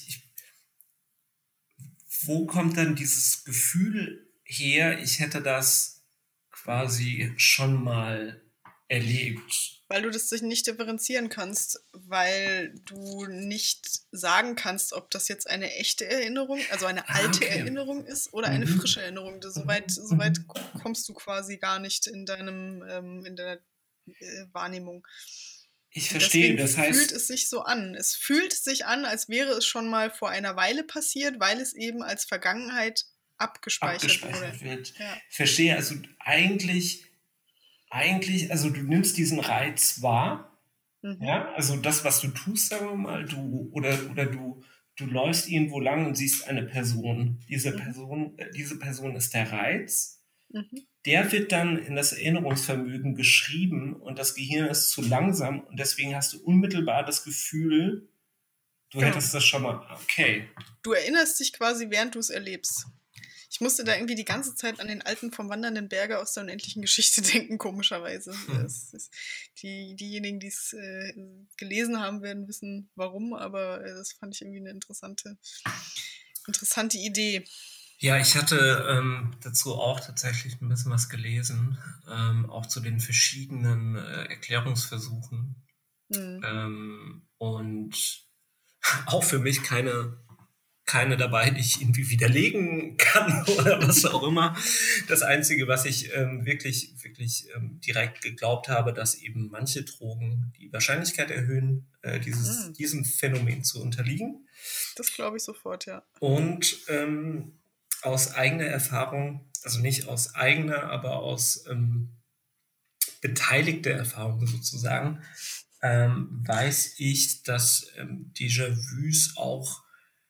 wo kommt dann dieses Gefühl her, ich hätte das quasi schon mal erlebt? Weil du das sich nicht differenzieren kannst, weil du nicht sagen kannst, ob das jetzt eine echte Erinnerung, also eine Ah, alte okay. Erinnerung ist oder eine frische Erinnerung. So weit kommst du quasi gar nicht in deiner Wahrnehmung. Ich Und verstehe, deswegen das fühlt heißt, es sich so an. Es fühlt sich an, als wäre es schon mal vor einer Weile passiert, weil es eben als Vergangenheit abgespeichert wurde. abgespeichert wird. Ja. Ich verstehe, also eigentlich, also du nimmst diesen Reiz wahr, Mhm. ja, also das, was du tust, sagen wir mal, du läufst irgendwo lang und siehst eine Person. Mhm. Diese Person ist der Reiz. Mhm. Der wird dann in das Erinnerungsvermögen geschrieben und das Gehirn ist zu langsam und deswegen hast du unmittelbar das Gefühl, du Genau. hättest das schon mal. Okay. Du erinnerst dich quasi, während du es erlebst. Ich musste da irgendwie die ganze Zeit an den Alten vom wandernden Berge aus der unendlichen Geschichte denken, komischerweise. Diejenigen, die es gelesen haben, werden wissen, warum, aber das fand ich irgendwie eine interessante Idee. Ja, ich hatte dazu auch tatsächlich ein bisschen was gelesen, auch zu den verschiedenen Erklärungsversuchen. Hm. Und auch für mich keine dabei, die ich irgendwie widerlegen kann oder was auch immer. Das Einzige, was ich wirklich direkt geglaubt habe, dass eben manche Drogen die Wahrscheinlichkeit erhöhen, diesem Phänomen zu unterliegen. Das glaube ich sofort, ja. Und aus eigener Erfahrung, also nicht aus eigener, aber aus beteiligter Erfahrung sozusagen, weiß ich, dass Déjà-vus auch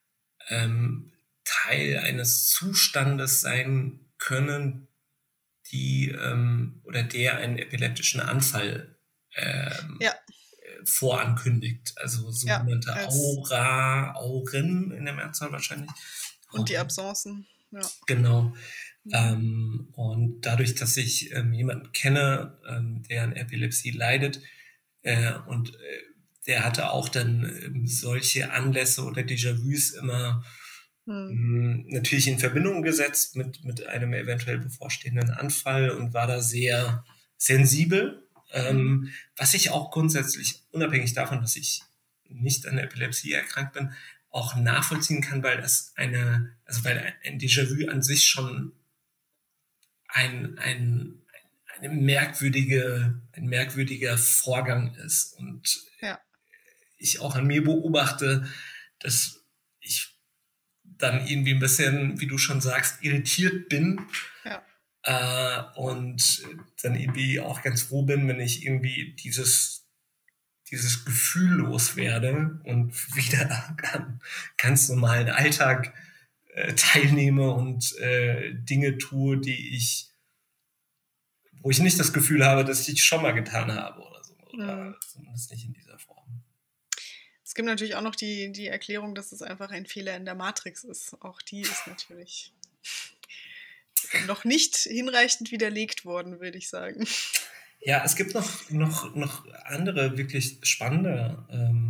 Teil eines Zustandes sein können, die oder der einen epileptischen Anfall Ja, vorankündigt. Also ja, sogenannte Auren in der Mehrzahl wahrscheinlich. und die Auren. Absencen, ja. Genau. Und dadurch, dass ich jemanden kenne, der an Epilepsie leidet, und der hatte auch dann solche Anlässe oder Déjà-vus immer natürlich in Verbindung gesetzt mit einem eventuell bevorstehenden Anfall und war da sehr sensibel, was ich auch grundsätzlich, unabhängig davon, dass ich nicht an Epilepsie erkrankt bin, auch nachvollziehen kann, weil weil ein Déjà-vu an sich schon ein ein merkwürdiger Vorgang ist und Ja. ich auch an mir beobachte, dass ich dann irgendwie ein bisschen, wie du schon sagst, irritiert bin Ja. und dann irgendwie auch ganz froh bin, wenn ich irgendwie dieses Gefühl loswerde und wieder an ganz normalen Alltag teilnehme und Dinge tue, wo ich nicht das Gefühl habe, dass ich schon mal getan habe oder so. Oder zumindest nicht in dieser Form. Es gibt natürlich auch noch die Erklärung, dass es einfach ein Fehler in der Matrix ist. Auch die ist natürlich noch nicht hinreichend widerlegt worden, würde ich sagen. Ja, es gibt noch andere wirklich spannende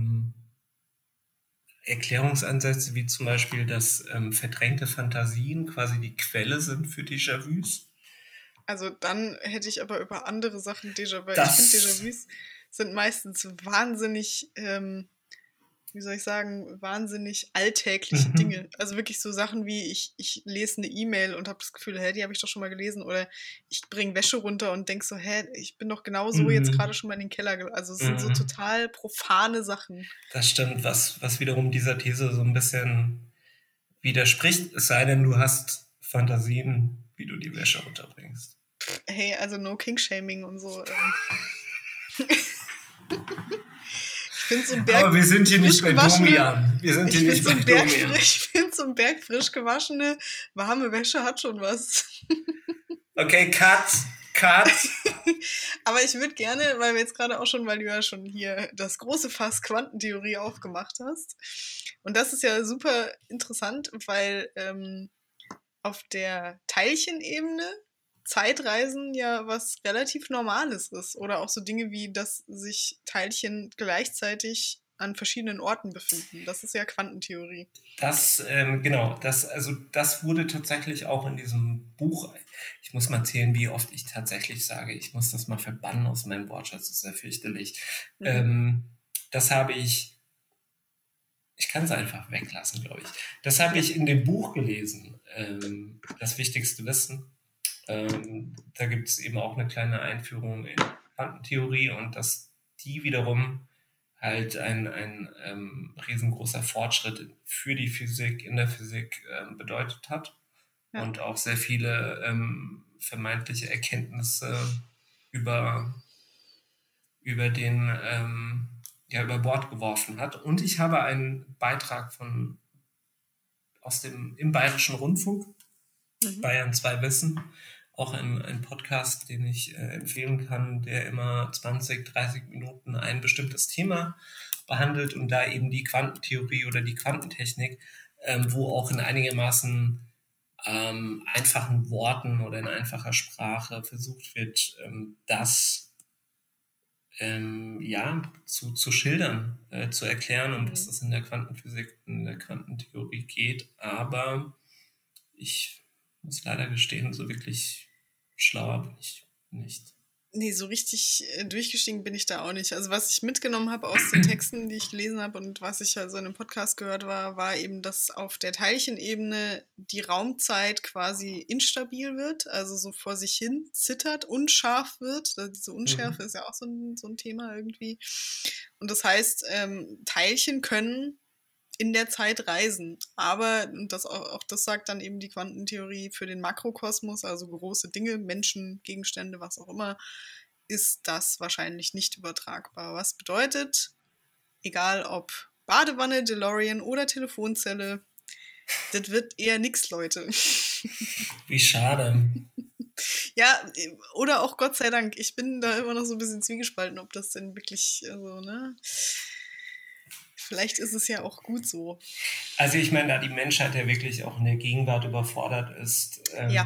Erklärungsansätze, wie zum Beispiel, dass verdrängte Fantasien quasi die Quelle sind für Déjà-vus. Also dann hätte ich aber über andere Sachen Déjà-vu. Ich finde, Das Déjà-vus sind meistens wahnsinnig, wie soll ich sagen, wahnsinnig alltägliche Dinge. Also wirklich so Sachen wie, ich lese eine E-Mail und habe das Gefühl, hä, die habe ich doch schon mal gelesen. Oder ich bringe Wäsche runter und denke so, hä, ich bin doch genau so jetzt gerade schon mal in den Keller. Also es sind so total profane Sachen. Das stimmt, was wiederum dieser These so ein bisschen widerspricht, es sei denn, du hast Fantasien, wie du die Wäsche runterbringst. Hey, also no King-Shaming und so. Ich finde so ein Berg. Aber wir sind hier nicht bei Domian. Wir sind hier nicht bei Domian. Ich finde so ein Berg frisch gewaschene, warme Wäsche hat schon was. Okay, cut. Aber ich würde gerne, weil wir jetzt gerade auch schon, weil du ja schon hier das große Fass Quantentheorie aufgemacht hast. Und das ist ja super interessant, weil auf der Teilchenebene Zeitreisen ja was relativ Normales ist. Oder auch so Dinge wie, dass sich Teilchen gleichzeitig an verschiedenen Orten befinden. Das ist ja Quantentheorie. Genau, das wurde tatsächlich auch in diesem Buch, ich muss mal zählen, wie oft ich tatsächlich sage, ich muss das mal verbannen aus meinem Wortschatz, das ist ja fürchterlich. Das habe ich kann es einfach weglassen, glaube ich. Das habe ich in dem Buch gelesen, das wichtigste Wissen. Da gibt es eben auch eine kleine Einführung in Quantentheorie und dass die wiederum halt ein riesengroßer Fortschritt für die Physik, in der Physik bedeutet hat und auch sehr viele vermeintliche Erkenntnisse über über Bord geworfen hat. Und ich habe einen Beitrag im Bayerischen Rundfunk, Bayern 2 Wissen, auch ein Podcast, den ich empfehlen kann, der immer 20, 30 Minuten ein bestimmtes Thema behandelt und da eben die Quantentheorie oder die Quantentechnik, wo auch in einigermaßen einfachen Worten oder in einfacher Sprache versucht wird, das zu schildern, zu erklären, um was es in der Quantenphysik, in der Quantentheorie geht. Aber ich muss leider gestehen, so wirklich schlauer bin ich nicht. Nee, so richtig durchgestiegen bin ich da auch nicht. Also was ich mitgenommen habe aus den Texten, die ich gelesen habe und was ich also in einem Podcast gehört war eben, dass auf der Teilchenebene die Raumzeit quasi instabil wird, also so vor sich hin zittert, unscharf wird. Also diese Unschärfe ist ja auch so ein Thema irgendwie. Und das heißt, Teilchen können in der Zeit reisen. Aber, und auch das sagt dann eben die Quantentheorie, für den Makrokosmos, also große Dinge, Menschen, Gegenstände, was auch immer, ist das wahrscheinlich nicht übertragbar. Was bedeutet, egal ob Badewanne, DeLorean oder Telefonzelle, das wird eher nix, Leute. Wie schade. Ja, oder auch Gott sei Dank. Ich bin da immer noch so ein bisschen zwiegespalten, ob das denn wirklich, also, ne? Vielleicht ist es ja auch gut so. Also ich meine, da die Menschheit ja wirklich auch in der Gegenwart überfordert ist, Ja.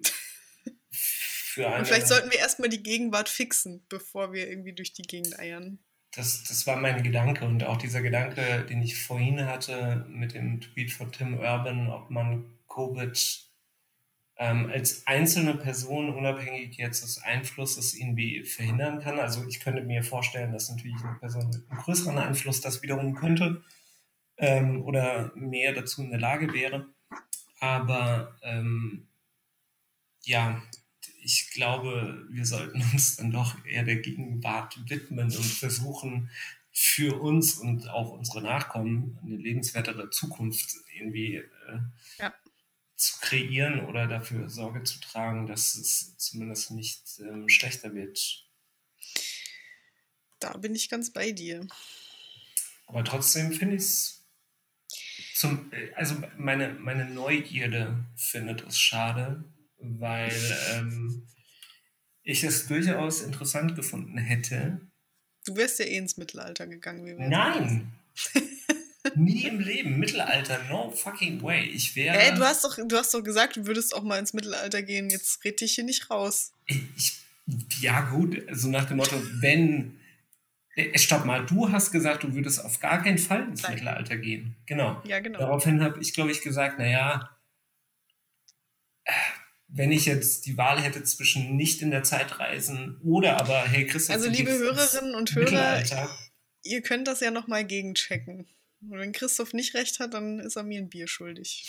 für eine... Und vielleicht sollten wir erstmal die Gegenwart fixen, bevor wir irgendwie durch die Gegend eiern. Das war mein Gedanke und auch dieser Gedanke, den ich vorhin hatte mit dem Tweet von Tim Urban, ob man Covid als einzelne Person unabhängig jetzt des Einflusses irgendwie verhindern kann. Also ich könnte mir vorstellen, dass natürlich eine Person mit einem größeren Einfluss das wiederum könnte oder mehr dazu in der Lage wäre. Aber ja, ich glaube, wir sollten uns dann doch eher der Gegenwart widmen und versuchen, für uns und auch unsere Nachkommen eine lebenswertere Zukunft irgendwie zu kreieren oder dafür Sorge zu tragen, dass es zumindest nicht schlechter wird. Da bin ich ganz bei dir. Aber trotzdem finde ich es also meine Neugierde findet es schade, weil ich es durchaus interessant gefunden hätte. Du wärst ja eh ins Mittelalter gegangen, wie wir Nein! Nie im Leben. Mittelalter, no fucking way. Ich wäre... du hast doch gesagt, du würdest auch mal ins Mittelalter gehen. Jetzt red dich hier nicht raus. Ja gut, so nach dem Motto, wenn... Stopp mal, du hast gesagt, du würdest auf gar keinen Fall ins Mittelalter gehen. Genau. Ja, genau. Daraufhin habe ich, glaube ich, gesagt, naja, wenn ich jetzt die Wahl hätte zwischen nicht in der Zeit reisen oder aber, hey Christoph, also liebe Hörerinnen und Hörer, ihr könnt das ja nochmal gegenchecken. Und wenn Christoph nicht recht hat, dann ist er mir ein Bier schuldig.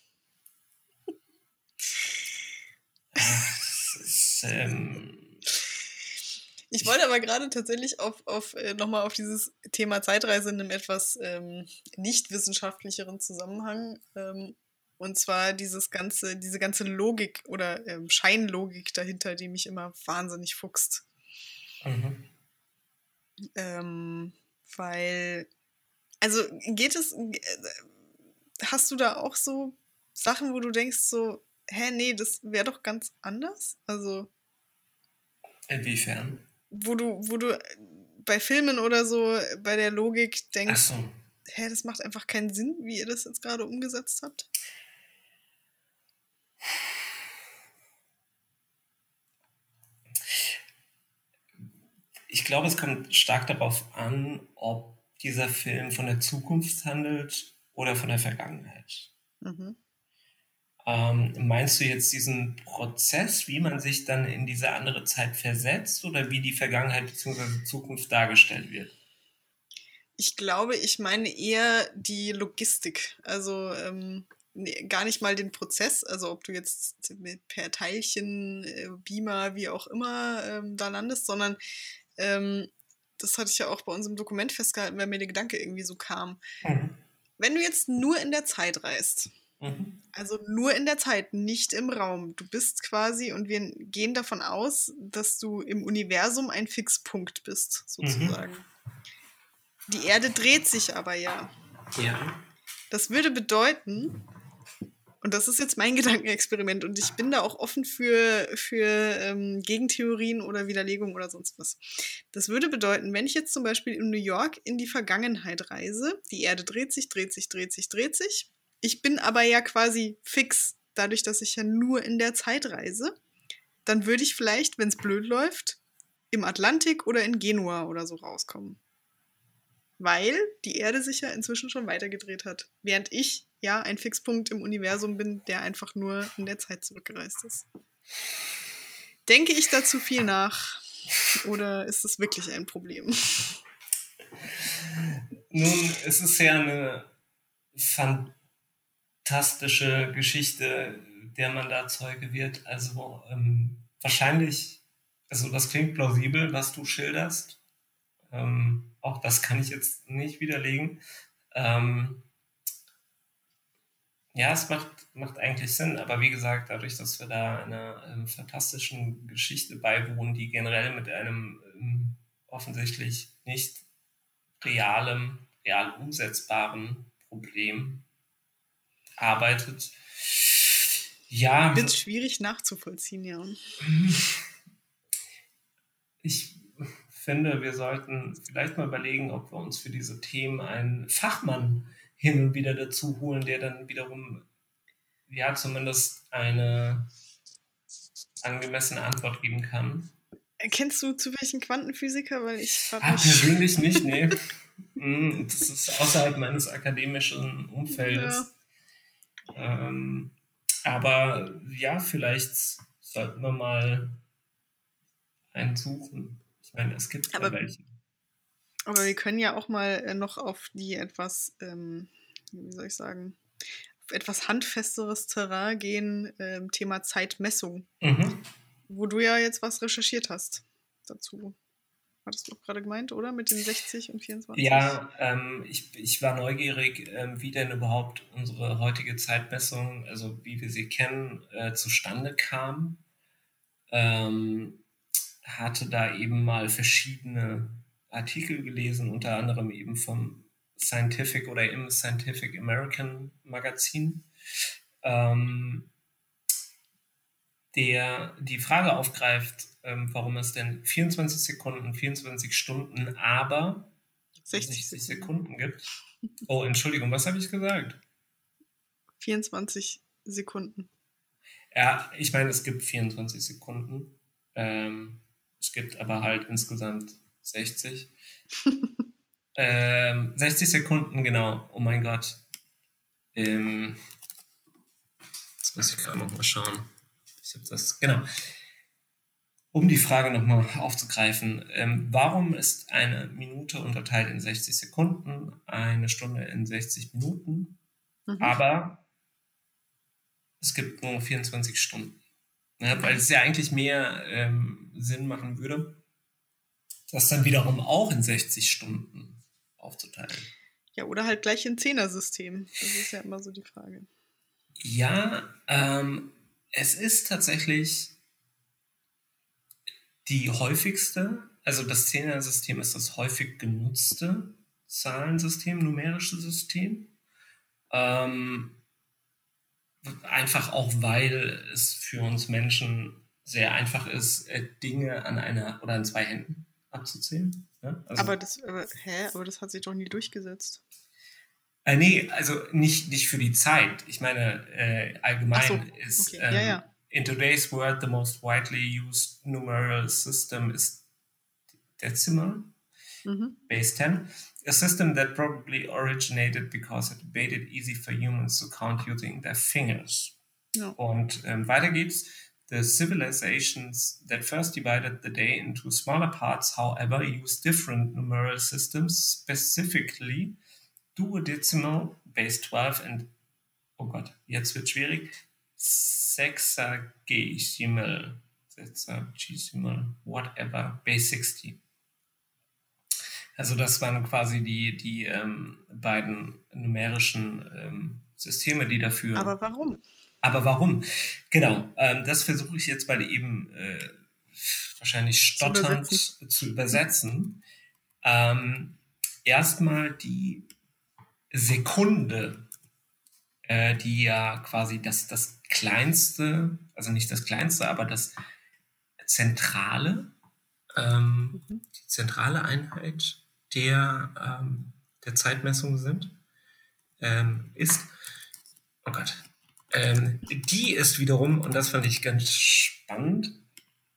Ich wollte aber gerade tatsächlich nochmal auf dieses Thema Zeitreise in einem etwas nicht wissenschaftlicheren Zusammenhang. Und zwar diese ganze Logik oder Scheinlogik dahinter, die mich immer wahnsinnig fuchst. Weil, also hast du da auch so Sachen, wo du denkst so, nee, das wäre doch ganz anders? Also. Inwiefern? Wo du bei Filmen oder so bei der Logik denkst, das macht einfach keinen Sinn, wie ihr das jetzt gerade umgesetzt habt? Ich glaube, es kommt stark darauf an, ob dieser Film von der Zukunft handelt oder von der Vergangenheit. Meinst du jetzt diesen Prozess, wie man sich dann in diese andere Zeit versetzt oder wie die Vergangenheit bzw. Zukunft dargestellt wird? Ich glaube, ich meine eher die Logistik. Also gar nicht mal den Prozess, also ob du jetzt per Teilchen, Beamer, wie auch immer da landest, sondern das hatte ich ja auch bei uns im Dokument festgehalten, weil mir der Gedanke irgendwie so kam. Wenn du jetzt nur in der Zeit reist, also nur in der Zeit, nicht im Raum, du bist quasi, und wir gehen davon aus, dass du im Universum ein Fixpunkt bist, sozusagen. Die Erde dreht sich aber ja. Ja. Das würde bedeuten, und das ist jetzt mein Gedankenexperiment, und ich bin da auch offen für Gegentheorien oder Widerlegungen oder sonst was. Das würde bedeuten, wenn ich jetzt zum Beispiel in New York in die Vergangenheit reise, die Erde dreht sich, ich bin aber ja quasi fix, dadurch, dass ich ja nur in der Zeit reise, dann würde ich vielleicht, wenn es blöd läuft, im Atlantik oder in Genua oder so rauskommen. weil die Erde sich ja inzwischen schon weitergedreht hat. Während ich ja ein Fixpunkt im Universum bin, der einfach nur in der Zeit zurückgereist ist. Denke ich da zu viel nach? Oder ist das wirklich ein Problem? Nun, es ist ja eine fantastische Geschichte, der man da Zeuge wird. Also wahrscheinlich, also das klingt plausibel, was du schilderst. Auch das kann ich jetzt nicht widerlegen. Ja, es macht eigentlich Sinn, aber wie gesagt, dadurch, dass wir da einer fantastischen Geschichte beiwohnen, die generell mit einem offensichtlich nicht real umsetzbaren Problem arbeitet, ja, Wird schwierig nachzuvollziehen, ja. Ich finde, wir sollten vielleicht mal überlegen, ob wir uns für diese Themen einen Fachmann hin und wieder dazu holen, der dann wiederum ja zumindest eine angemessene Antwort geben kann. Kennst du zufällig einen Quantenphysiker? Weil ich gerade nicht. Persönlich nicht, nee. Das ist außerhalb meines akademischen Umfeldes. Ja. Aber ja, vielleicht sollten wir mal einen suchen. Ich meine, es gibt ja welche. Aber wir können ja auch mal noch auf die etwas, wie soll ich sagen, auf etwas handfesteres Terrain gehen, Thema Zeitmessung. Wo du ja jetzt was recherchiert hast dazu. Hattest du auch gerade gemeint, oder? Mit den 60 und 24? Ja, ich war neugierig, wie denn überhaupt unsere heutige Zeitmessung, also wie wir sie kennen, zustande kam. Hatte da eben mal verschiedene Artikel gelesen, unter anderem eben vom Scientific oder im Scientific American Magazin, der die Frage aufgreift, warum es denn 24 Sekunden, 24 Stunden, aber 60 Sekunden gibt. Oh, Entschuldigung, was habe ich gesagt? 24 Sekunden. Ja, ich meine, es gibt 24 Sekunden. Es gibt aber halt insgesamt 60. 60 Sekunden, genau. Oh mein Gott. Jetzt muss ich gerade noch mal schauen. Ich habe das, genau. Um die Frage nochmal aufzugreifen, warum ist eine Minute unterteilt in 60 Sekunden, eine Stunde in 60 Minuten, aber es gibt nur 24 Stunden? Ja, weil es ja eigentlich mehr Sinn machen würde, das dann wiederum auch in 60 Stunden aufzuteilen. Ja, oder halt gleich in Zehner-System. Das ist ja immer so die Frage. Ja, es ist tatsächlich die häufigste, also das Zehner-System ist das häufig genutzte Zahlensystem, numerische System. Einfach auch, weil es für uns Menschen sehr einfach ist, Dinge an einer oder an zwei Händen abzuzählen. Ja? Also, aber das hat sich doch nie durchgesetzt. Nee, also nicht für die Zeit. Ich meine, allgemein ist okay. in today's world the most widely used numeral system is decimal, base 10. A system that probably originated because it made it easy for humans to count using their fingers. Ja. Und weiter geht's. The civilizations that first divided the day into smaller parts, however, use different numeral systems, specifically duodecimal, base 12 and, oh Gott, jetzt wird schwierig, sexagesimal, whatever, base 60. Also das waren quasi die beiden numerischen Systeme, die dafür... Aber warum? Genau, das versuche ich jetzt mal eben wahrscheinlich stotternd zu übersetzen. Erstmal die Sekunde, die ja quasi das kleinste, also nicht das kleinste, aber das zentrale, die zentrale Einheit der Zeitmessung sind, ist, oh Gott, die ist wiederum, und das fand ich ganz spannend,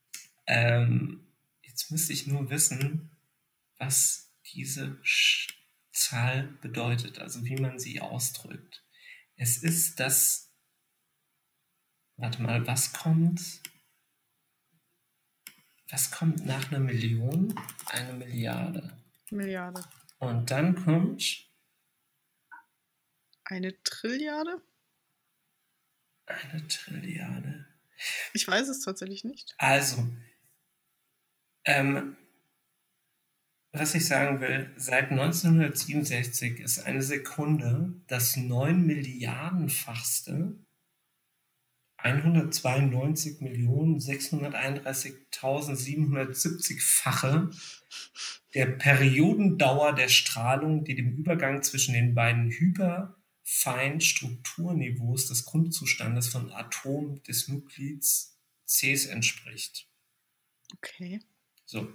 jetzt müsste ich nur wissen, was diese Zahl bedeutet, also wie man sie ausdrückt. Es ist das, warte mal, was kommt nach einer Million? Eine Milliarde. Milliarde. Und dann kommt eine Trilliarde? Eine Trilliarde. Ich weiß es tatsächlich nicht. Also, was ich sagen will, seit 1967 ist eine Sekunde das 9 Milliardenfachste, 192.631.770-fache der Periodendauer der Strahlung, die dem Übergang zwischen den beiden Hyperfeinstrukturniveaus des Grundzustandes von Atomen des Nukleids Cs entspricht. Okay. So.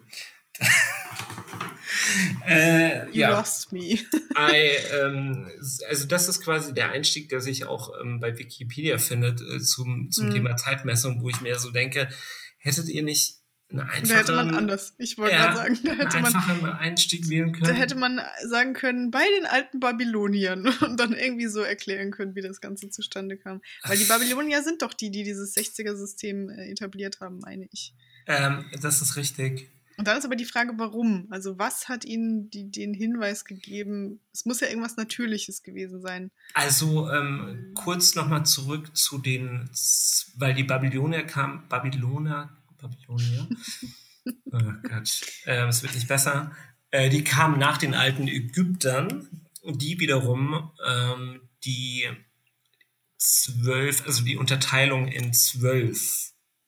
You lost me. Also das ist quasi der Einstieg, der sich auch bei Wikipedia findet zum Thema Zeitmessung, wo ich mir so denke, hättet ihr nicht eine einfache... Da hätte man anders. Ich wollte gerade sagen, da hätte man einen Einstieg wählen können. Da hätte man sagen können, bei den alten Babyloniern und dann irgendwie so erklären können, wie das Ganze zustande kam. Weil die Babylonier sind doch die dieses 60er-System etabliert haben, meine ich. Das ist richtig. Und dann ist aber die Frage, warum? Also was hat ihnen den Hinweis gegeben? Es muss ja irgendwas Natürliches gewesen sein. Also kurz nochmal zurück zu weil die Babylonier kamen, Babylonier? Oh Gott, es wird nicht besser. Die kamen nach den alten Ägyptern, die wiederum die 12, also die Unterteilung in 12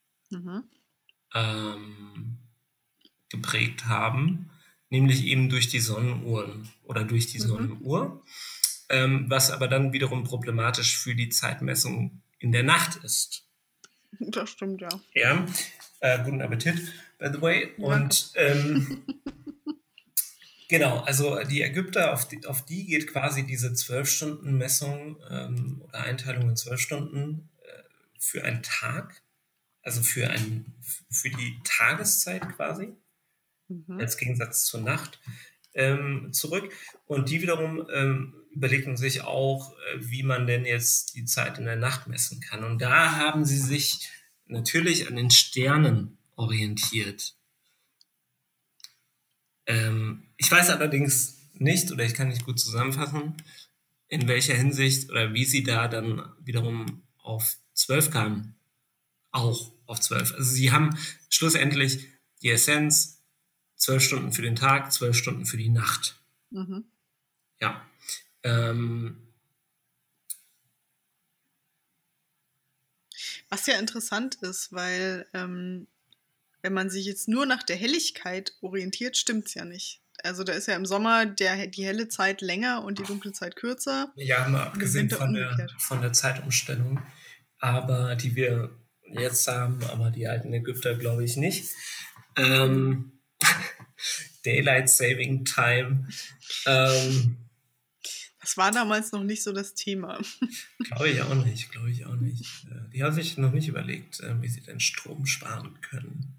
geprägt haben, nämlich eben durch die Sonnenuhren oder durch die Sonnenuhr, was aber dann wiederum problematisch für die Zeitmessung in der Nacht ist. Das stimmt, ja. Ja, guten Appetit, by the way. Und genau, also die Ägypter, auf die geht quasi diese 12-Stunden-Messung oder Einteilung in 12 Stunden für einen Tag, also für die Tageszeit quasi, als Gegensatz zur Nacht, zurück. Und die wiederum überlegen sich auch, wie man denn jetzt die Zeit in der Nacht messen kann. Und da haben sie sich natürlich an den Sternen orientiert. Ich weiß allerdings nicht, oder ich kann nicht gut zusammenfassen, in welcher Hinsicht oder wie sie da dann wiederum auf 12 kamen. Auch auf 12. Also sie haben schlussendlich die Essenz 12 Stunden für den Tag, 12 Stunden für die Nacht. Ja. Was ja interessant ist, weil wenn man sich jetzt nur nach der Helligkeit orientiert, stimmt es ja nicht. Also da ist ja im Sommer die helle Zeit länger und die dunkle Zeit kürzer. Ja, mal abgesehen von der Zeitumstellung, aber die wir jetzt haben, aber die alten Ägypter glaube ich nicht. Daylight Saving Time. Das war damals noch nicht so das Thema. Glaube ich auch nicht. Die haben sich noch nicht überlegt, wie sie den Strom sparen können.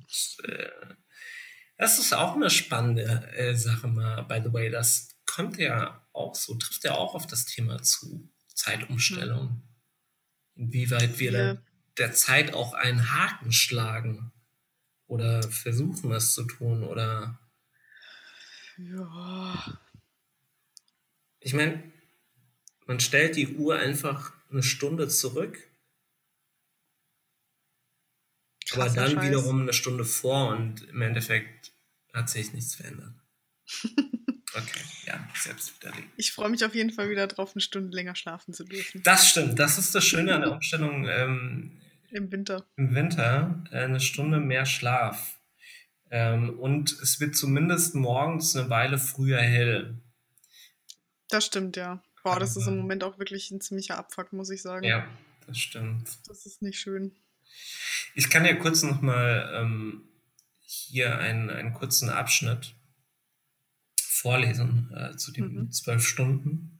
Das ist auch eine spannende Sache mal, by the way. Das trifft ja auch auf das Thema zu, Zeitumstellung. Inwieweit wir der Zeit auch einen Haken schlagen oder versuchen, es zu tun, oder... Ja. Ich meine, man stellt die Uhr einfach eine Stunde zurück, aber dann wiederum eine Stunde vor und im Endeffekt hat sich nichts verändert. Okay, ja, selbst widerlegt. Ich freue mich auf jeden Fall wieder drauf, eine Stunde länger schlafen zu dürfen. Das stimmt, das ist das Schöne an der Umstellung im Winter. Im Winter, eine Stunde mehr Schlaf. Und es wird zumindest morgens eine Weile früher hell. Das stimmt, ja. Boah, das ist im Moment auch wirklich ein ziemlicher Abfuck, muss ich sagen. Ja, das stimmt. Das ist nicht schön. Ich kann ja kurz nochmal hier einen kurzen Abschnitt vorlesen zu den 12 Stunden.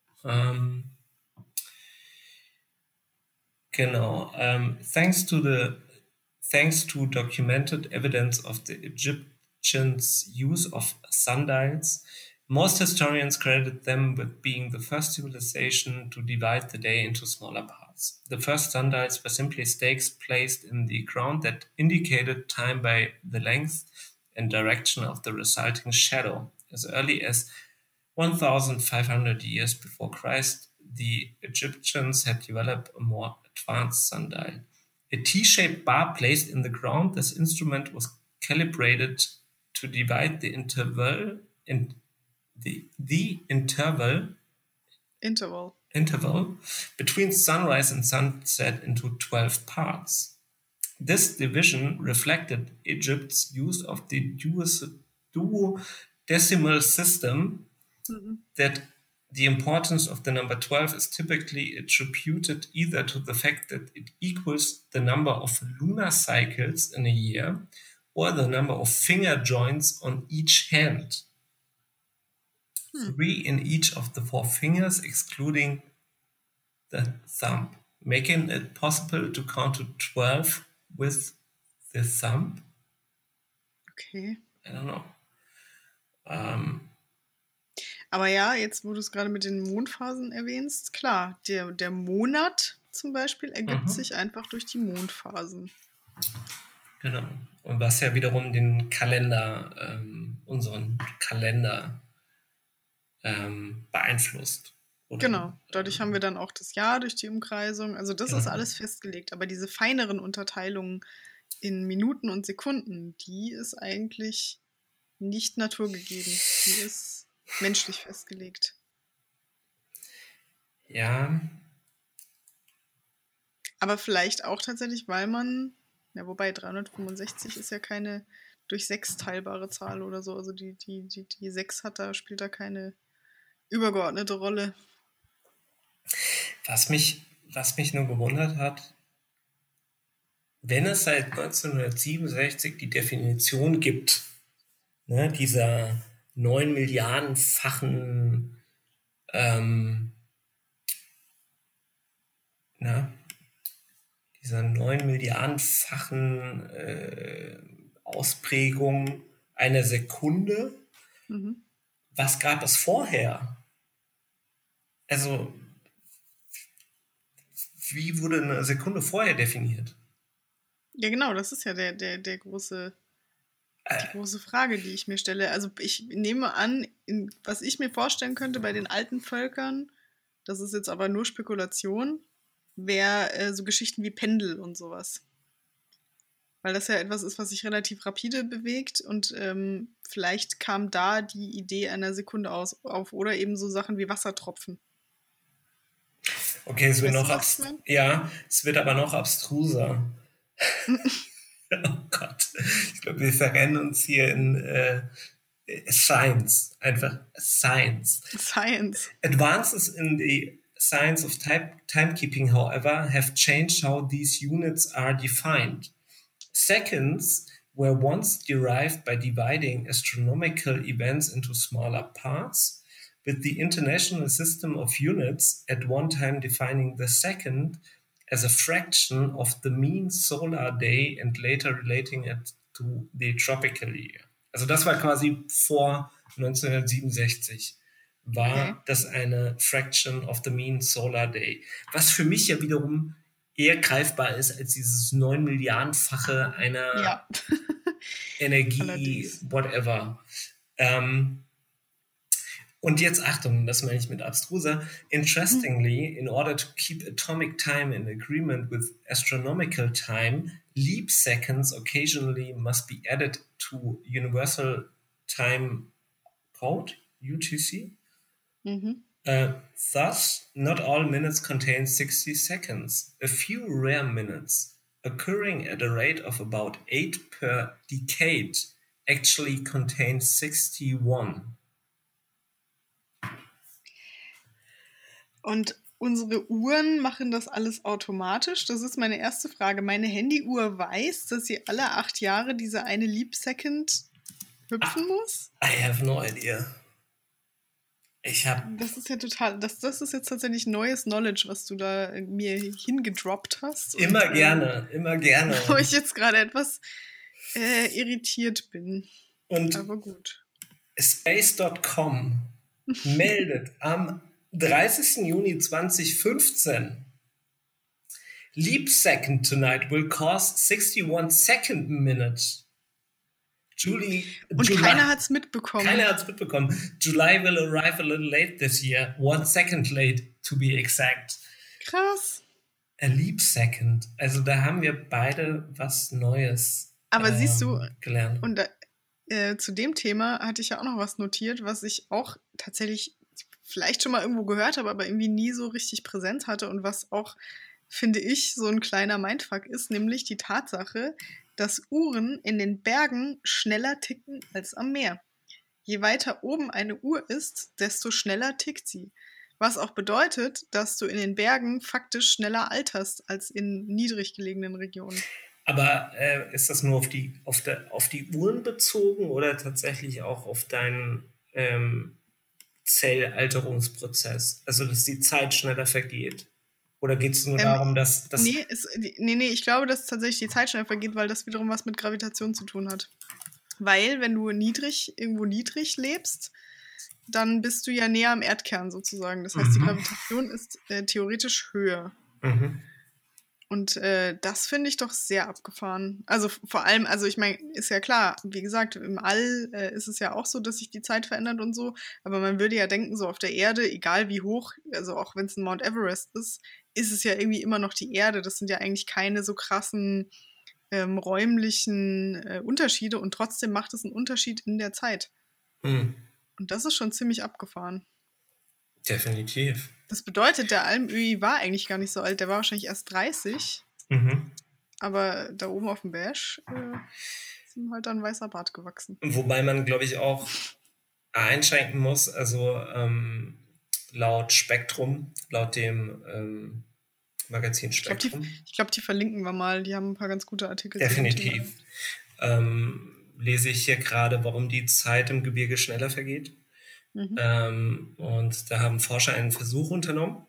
Genau. Thanks to documented evidence of the Egyptians' use of sundials, Most historians credit them with being the first civilization to divide the day into smaller parts. The first sundials were simply stakes placed in the ground that indicated time by the length and direction of the resulting shadow. As early as 1,500 years before Christ, the Egyptians had developed a more advanced sundial. A T-shaped bar placed in the ground, this instrument was calibrated to divide the interval between sunrise and sunset into 12 parts. This division reflected Egypt's use of the duodecimal system, that the importance of the number 12 is typically attributed either to the fact that it equals the number of lunar cycles in a year or the number of finger joints on each hand. 3 in each of the 4 fingers, excluding the thumb, making it possible to count to 12 with the thumb. Okay. I don't know. Aber ja, jetzt wo du es gerade mit den Mondphasen erwähnst, klar, der Monat zum Beispiel ergibt sich einfach durch die Mondphasen. Genau. Und was ja wiederum den Kalender, unseren Kalender beeinflusst. Oder? Genau, dadurch haben wir dann auch das Jahr durch die Umkreisung. Also das ist alles festgelegt. Aber diese feineren Unterteilungen in Minuten und Sekunden, die ist eigentlich nicht naturgegeben. Die ist menschlich festgelegt. Ja. Aber vielleicht auch tatsächlich, weil man, ja, wobei 365 ist ja keine durch 6 teilbare Zahl oder so. Also die 6 spielt da keine übergeordnete Rolle. Was mich nur gewundert hat, wenn es seit 1967 die Definition gibt, ne, dieser 9 Milliardenfachen Ausprägung einer Sekunde. Was gab es vorher? Also, wie wurde eine Sekunde vorher definiert? Ja, genau, das ist ja die große Frage, die ich mir stelle. Also ich nehme an, was ich mir vorstellen könnte bei den alten Völkern, das ist jetzt aber nur Spekulation, wäre so Geschichten wie Pendel und sowas. Weil das ja etwas ist, was sich relativ rapide bewegt und vielleicht kam da die Idee einer Sekunde auf oder eben so Sachen wie Wassertropfen. Okay, es wird es wird aber noch abstruser. Oh Gott, ich glaube, wir verrennen uns hier in Science. Einfach Science. Advances in the science of timekeeping, however, have changed how these units are defined. Seconds were once derived by dividing astronomical events into smaller parts, with the International System of Units at one time defining the second as a fraction of the mean solar day and later relating it to the tropical year. Also das war quasi vor 1967. War das eine fraction of the mean solar day. Was für mich ja wiederum eher greifbar ist als dieses 9 Milliardenfache einer Energie, whatever. Und jetzt Achtung, das meine ich mit abstruser. Interestingly, in order to keep atomic time in agreement with astronomical time, leap seconds occasionally must be added to Universal Time Code, UTC. Thus, not all minutes contain 60 seconds. A few rare minutes, occurring at a rate of about 8 per decade, actually contain 61. Und unsere Uhren machen das alles automatisch? Das ist meine erste Frage. Meine Handyuhr weiß, dass sie alle 8 Jahre diese eine Leap Second hüpfen muss? I have no idea. Das ist ja total, das ist jetzt tatsächlich neues Knowledge, was du da mir hingedroppt hast. Immer gerne. Wo ich jetzt gerade etwas irritiert bin. Aber gut. Space.com meldet am 30. Juni 2015: Leap second tonight will cause 61 second minute. Und keiner hat es mitbekommen. Keiner hat es mitbekommen. July will arrive a little late this year. 1 second late, to be exact. Krass. A leap second. Also da haben wir beide was Neues siehst du, gelernt. Und zu dem Thema hatte ich ja auch noch was notiert, was ich auch tatsächlich vielleicht schon mal irgendwo gehört habe, aber irgendwie nie so richtig präsent hatte und was auch, finde ich, so ein kleiner Mindfuck ist, nämlich die Tatsache, dass Uhren in den Bergen schneller ticken als am Meer. Je weiter oben eine Uhr ist, desto schneller tickt sie. Was auch bedeutet, dass du in den Bergen faktisch schneller alterst als in niedrig gelegenen Regionen. Aber ist das nur auf die Uhren bezogen oder tatsächlich auch auf deinen Zellalterungsprozess? Also, dass die Zeit schneller vergeht? Oder geht es nur darum, dass... Nee, ich glaube, dass tatsächlich die Zeit schneller vergeht, weil das wiederum was mit Gravitation zu tun hat. Weil, wenn du irgendwo niedrig lebst, dann bist du ja näher am Erdkern sozusagen. Das heißt, die Gravitation ist theoretisch höher. Und das finde ich doch sehr abgefahren. Also vor allem, also ich meine, ist ja klar, wie gesagt, im All ist es ja auch so, dass sich die Zeit verändert und so. Aber man würde ja denken, so auf der Erde, egal wie hoch, also auch wenn es ein Mount Everest ist es ja irgendwie immer noch die Erde. Das sind ja eigentlich keine so krassen räumlichen Unterschiede und trotzdem macht es einen Unterschied in der Zeit. Und das ist schon ziemlich abgefahren. Definitiv. Das bedeutet, der Almöhi war eigentlich gar nicht so alt. Der war wahrscheinlich erst 30. Aber da oben auf dem Berg ist ihm halt ein weißer Bart gewachsen. Wobei man, glaube ich, auch einschränken muss, also laut Spektrum, laut dem Magazin Spektrum. Ich glaube, die verlinken wir mal. Die haben ein paar ganz gute Artikel. Definitiv. Lese ich hier gerade, warum die Zeit im Gebirge schneller vergeht. Und da haben Forscher einen Versuch unternommen.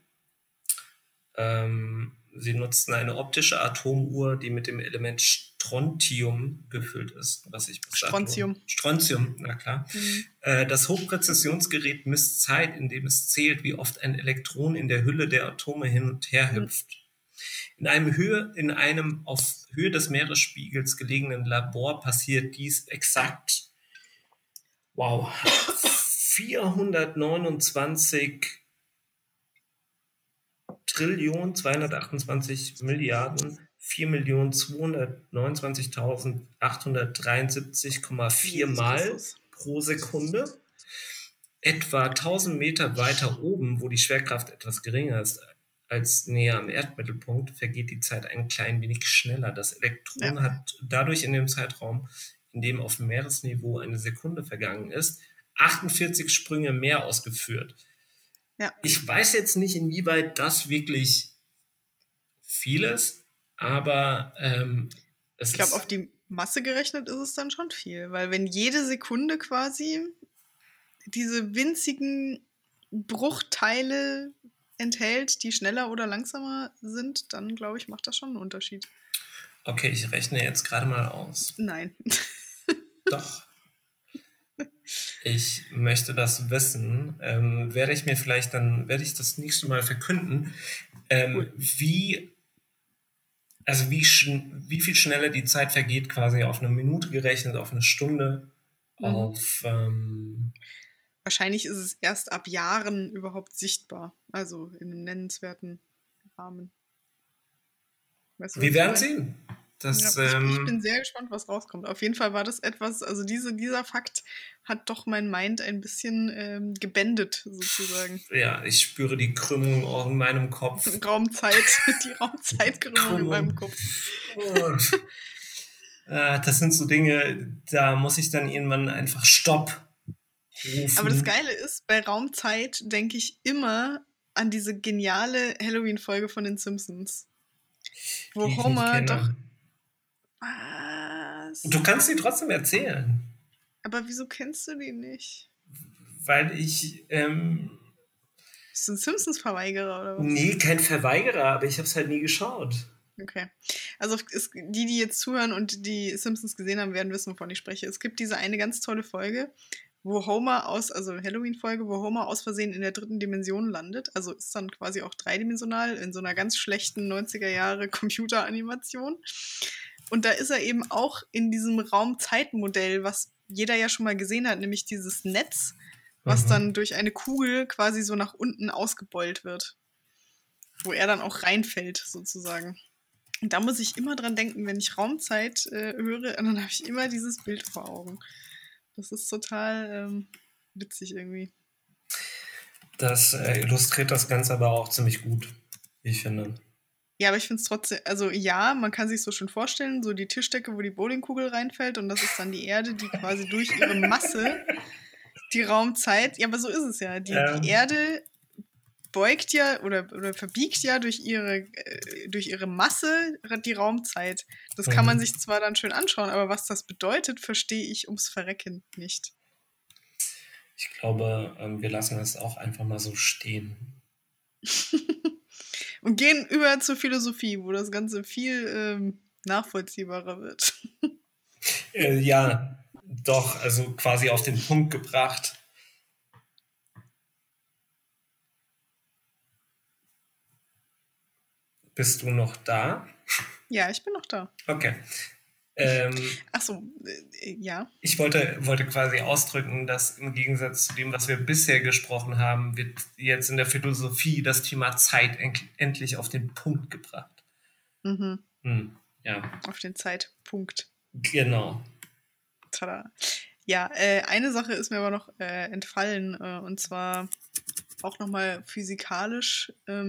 Sie nutzten eine optische Atomuhr, die mit dem Element Strontium gefüllt ist. Strontium, na klar. Das Hochpräzisionsgerät misst Zeit, indem es zählt, wie oft ein Elektron in der Hülle der Atome hin und her hüpft. In einem auf Höhe des Meeresspiegels gelegenen Labor passiert dies exakt 429 Trillionen 228 Milliarden 4.229.873,4 Mal pro Sekunde. Etwa 1000 Meter weiter oben, wo die Schwerkraft etwas geringer ist als näher am Erdmittelpunkt, vergeht die Zeit ein klein wenig schneller. Das Elektron hat dadurch in dem Zeitraum, in dem auf dem Meeresniveau eine Sekunde vergangen ist, 48 Sprünge mehr ausgeführt. Ja. Ich weiß jetzt nicht, inwieweit das wirklich viel ist, aber ich glaube, auf die Masse gerechnet ist es dann schon viel, weil wenn jede Sekunde quasi diese winzigen Bruchteile enthält, die schneller oder langsamer sind, dann glaube ich, macht das schon einen Unterschied. Okay, ich rechne jetzt gerade mal aus. Nein. Doch. Ich möchte das wissen. Werde ich das nächste Mal verkünden, wie viel schneller die Zeit vergeht, quasi auf eine Minute gerechnet, auf eine Stunde, Wahrscheinlich ist es erst ab Jahren überhaupt sichtbar, also in einem nennenswerten Rahmen. Weißt du, wir werden sehen. Ich bin sehr gespannt, was rauskommt. Auf jeden Fall war das etwas, also dieser Fakt hat doch mein Mind ein bisschen gebändet, sozusagen. Ja, ich spüre die Krümmung auch in meinem Kopf. Die Raumzeitkrümmung in meinem Kopf. Das sind so Dinge, da muss ich dann irgendwann einfach Stopp rufen. Aber das Geile ist, bei Raumzeit denke ich immer an diese geniale Halloween-Folge von den Simpsons. Wo Homer doch... Was? Du kannst sie trotzdem erzählen. Aber wieso kennst du die nicht? Weil ich... Bist du ein Simpsons-Verweigerer oder was? Nee, kein Verweigerer, aber ich habe es halt nie geschaut. Okay. Also die jetzt zuhören und die Simpsons gesehen haben, werden wissen, wovon ich spreche. Es gibt diese eine ganz tolle Folge, also Halloween-Folge, wo Homer aus Versehen in der 3. Dimension landet. Also ist dann quasi auch dreidimensional in so einer ganz schlechten 90er Jahre Computeranimation. Und da ist er eben auch in diesem Raum-Zeit-Modell, was jeder ja schon mal gesehen hat, nämlich dieses Netz, was dann durch eine Kugel quasi so nach unten ausgebeult wird. Wo er dann auch reinfällt, sozusagen. Und da muss ich immer dran denken, wenn ich Raumzeit höre, dann habe ich immer dieses Bild vor Augen. Das ist total witzig irgendwie. Das illustriert das Ganze aber auch ziemlich gut, wie ich finde. Ja, aber ich finde es trotzdem, also ja, man kann sich so schön vorstellen, so die Tischdecke, wo die Bowlingkugel reinfällt und das ist dann die Erde, die quasi durch ihre Masse die Raumzeit, ja, aber so ist es ja, die Erde beugt ja oder verbiegt ja durch ihre Masse die Raumzeit. Das kann man sich zwar dann schön anschauen, aber was das bedeutet, verstehe ich ums Verrecken nicht. Ich glaube, wir lassen es auch einfach mal so stehen. Und gehen über zur Philosophie, wo das Ganze viel nachvollziehbarer wird. Ja, doch, also quasi auf den Punkt gebracht. Bist du noch da? Ja, ich bin noch da. Okay. Ach so, ja. Ich wollte quasi ausdrücken, dass im Gegensatz zu dem, was wir bisher gesprochen haben, wird jetzt in der Philosophie das Thema Zeit endlich auf den Punkt gebracht. Ja. Auf den Zeitpunkt. Genau. Tada. Ja, eine Sache ist mir aber noch entfallen, und zwar auch nochmal physikalisch,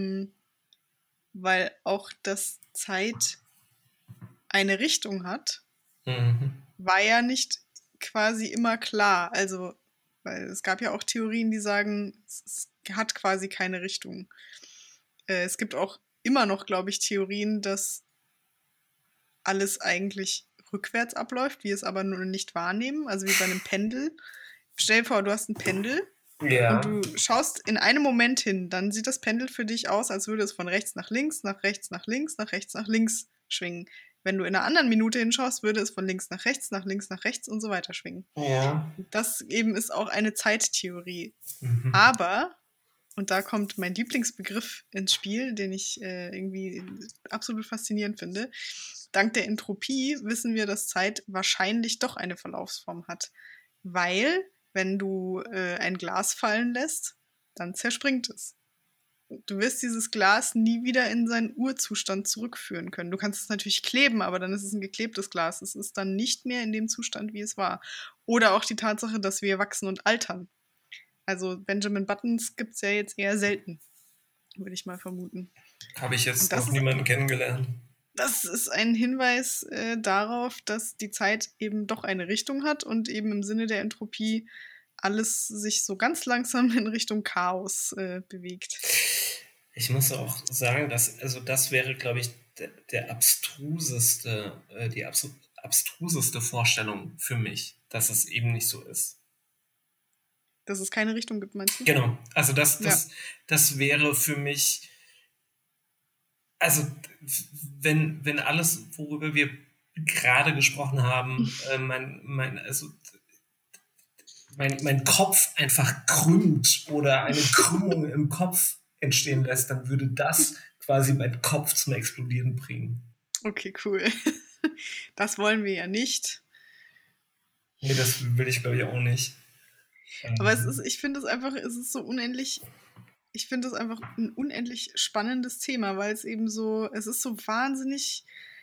weil auch das Zeit eine Richtung hat, war ja nicht quasi immer klar. Also, weil es gab ja auch Theorien, die sagen, es hat quasi keine Richtung. Es gibt auch immer noch, glaube ich, Theorien, dass alles eigentlich rückwärts abläuft, wir es aber nur nicht wahrnehmen, also wie bei einem Pendel. Stell dir vor, du hast ein Pendel und du schaust in einem Moment hin, dann sieht das Pendel für dich aus, als würde es von rechts nach links, nach rechts nach links, nach rechts nach links schwingen. Wenn du in einer anderen Minute hinschaust, würde es von links nach rechts, nach links nach rechts und so weiter schwingen. Ja. Das eben ist auch eine Zeittheorie. Aber, und da kommt mein Lieblingsbegriff ins Spiel, den ich irgendwie absolut faszinierend finde, dank der Entropie wissen wir, dass Zeit wahrscheinlich doch eine Verlaufsform hat. Weil, wenn du ein Glas fallen lässt, dann zerspringt es. Du wirst dieses Glas nie wieder in seinen Urzustand zurückführen können. Du kannst es natürlich kleben, aber dann ist es ein geklebtes Glas. Es ist dann nicht mehr in dem Zustand, wie es war. Oder auch die Tatsache, dass wir wachsen und altern. Also Benjamin Buttons gibt es ja jetzt eher selten, würde ich mal vermuten. Habe ich jetzt noch niemanden kennengelernt. Das ist ein Hinweis darauf, dass die Zeit eben doch eine Richtung hat und eben im Sinne der Entropie alles sich so ganz langsam in Richtung Chaos bewegt. Ich muss auch sagen, dass, also das wäre, glaube ich, die abstruseste Vorstellung für mich, dass es eben nicht so ist. Dass es keine Richtung gibt, meinst du? Genau, also das wäre für mich, also wenn alles, worüber wir gerade gesprochen haben, mein Kopf einfach krümmt oder eine Krümmung im Kopf entstehen lässt, dann würde das quasi meinen Kopf zum Explodieren bringen. Okay, cool. Das wollen wir ja nicht. Nee, das will ich, glaube ich, auch nicht. Aber ich finde es einfach ein unendlich spannendes Thema, weil es eben so, es ist so wahnsinnig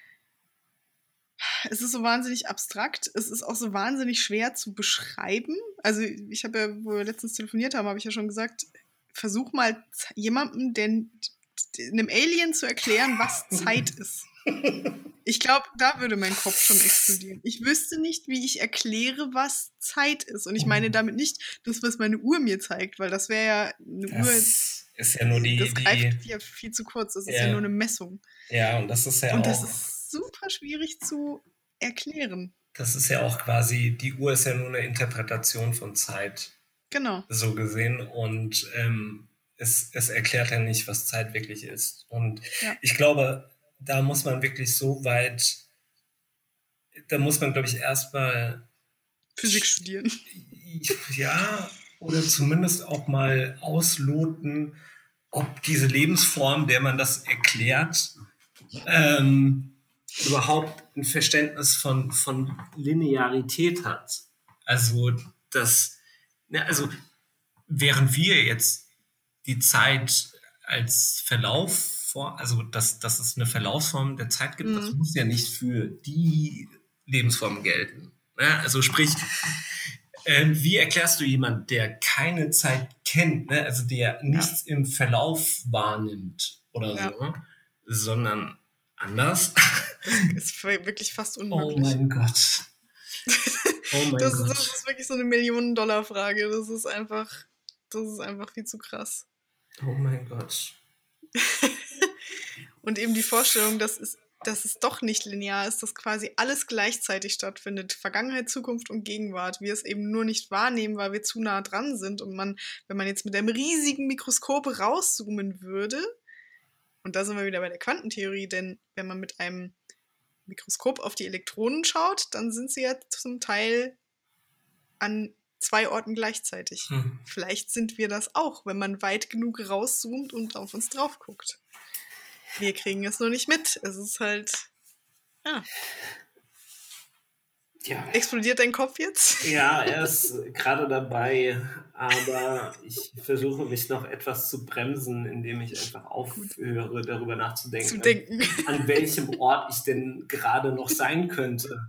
abstrakt, es ist auch so wahnsinnig schwer zu beschreiben. Also ich habe ja, wo wir letztens telefoniert haben, habe ich ja schon gesagt, versuch mal jemandem, einem Alien zu erklären, was Zeit ist. Ich glaube, da würde mein Kopf schon explodieren. Ich wüsste nicht, wie ich erkläre, was Zeit ist. Und ich meine damit nicht das, was meine Uhr mir zeigt, weil das wäre ja eine Uhr. Ist ja nur das greift ja viel zu kurz. Das ist ja nur eine Messung. Ja, und das ist ja und das ist super schwierig zu erklären. Das ist ja auch quasi, die Uhr ist ja nur eine Interpretation von Zeit. Genau. So gesehen. Und es erklärt ja nicht, was Zeit wirklich ist. Und ich glaube, da muss man wirklich so weit, da muss man, glaube ich, erstmal Physik studieren. Ja, oder zumindest auch mal ausloten, ob diese Lebensform, der man das erklärt, überhaupt ein Verständnis von Linearität hat. Also, also während wir jetzt die Zeit als also dass es eine Verlaufsform der Zeit gibt, das muss ja nicht für die Lebensform gelten. Ja, also sprich, wie erklärst du jemand, der keine Zeit kennt, ne? Also der nichts im Verlauf wahrnimmt oder so, sondern anders? Das ist wirklich fast Oh unmöglich. mein Gott. Oh mein Das Gott. ist wirklich so eine Millionen-Dollar-Frage. Das ist einfach viel zu krass. Oh mein Gott. Und eben die Vorstellung, dass es doch nicht linear ist, dass quasi alles gleichzeitig stattfindet. Vergangenheit, Zukunft und Gegenwart. Wir es eben nur nicht wahrnehmen, weil wir zu nah dran sind. Und wenn man jetzt mit einem riesigen Mikroskop rauszoomen würde, und da sind wir wieder bei der Quantentheorie, denn wenn man mit einem Mikroskop auf die Elektronen schaut, dann sind sie ja zum Teil an 2 Orten gleichzeitig. Vielleicht sind wir das auch, wenn man weit genug rauszoomt und auf uns drauf guckt. Wir kriegen es nur nicht mit. Es ist halt, Ja. Explodiert dein Kopf jetzt? Ja, er ist gerade dabei, aber ich versuche mich noch etwas zu bremsen, indem ich einfach aufhöre, darüber nachzudenken, an welchem Ort ich denn gerade noch sein könnte.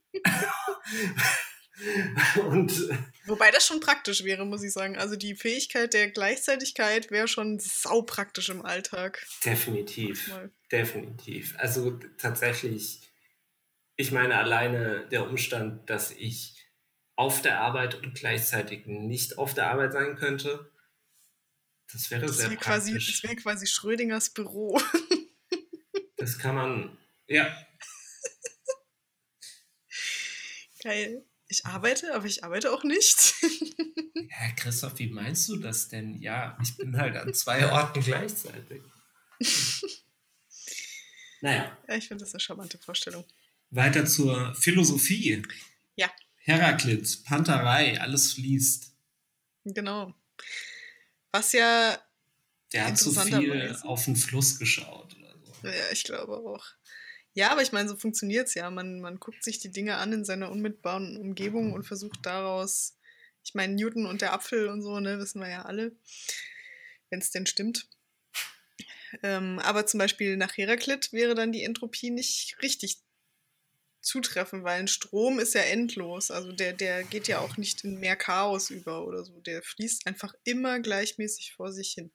Und wobei das schon praktisch wäre, muss ich sagen. Also die Fähigkeit der Gleichzeitigkeit wäre schon saupraktisch im Alltag. Definitiv. Also tatsächlich, ich meine alleine der Umstand, dass ich auf der Arbeit und gleichzeitig nicht auf der Arbeit sein könnte, das wäre sehr praktisch. Das wäre quasi Schrödingers Büro. Das kann man, ja. Geil. Ich arbeite, aber ich arbeite auch nicht. Ja, Christoph, wie meinst du das denn? Ja, ich bin halt an 2 Orten gleichzeitig. Naja. Ja, ich finde das eine charmante Vorstellung. Weiter zur Philosophie. Ja. Heraklit, Panterei, alles fließt. Genau. Was ja der hat zu viel auf den Fluss geschaut oder so. Ja, ich glaube auch. Ja, aber ich meine, so funktioniert es ja. Man guckt sich die Dinge an in seiner unmittelbaren Umgebung und versucht daraus, ich meine, Newton und der Apfel und so, ne, wissen wir ja alle, wenn es denn stimmt. Aber zum Beispiel nach Heraklit wäre dann die Entropie nicht richtig zutreffen, weil ein Strom ist ja endlos. Also der geht ja auch nicht in mehr Chaos über oder so. Der fließt einfach immer gleichmäßig vor sich hin.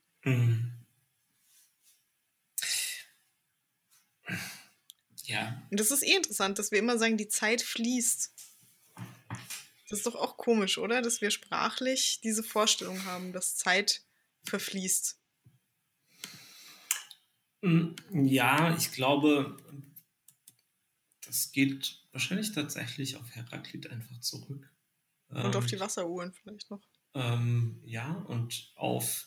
Ja. Und das ist interessant, dass wir immer sagen, die Zeit fließt. Das ist doch auch komisch, oder? Dass wir sprachlich diese Vorstellung haben, dass Zeit verfließt. Ja, ich glaube, das geht wahrscheinlich tatsächlich auf Heraklit einfach zurück. Und auf die Wasseruhren vielleicht noch. Ja, und auf...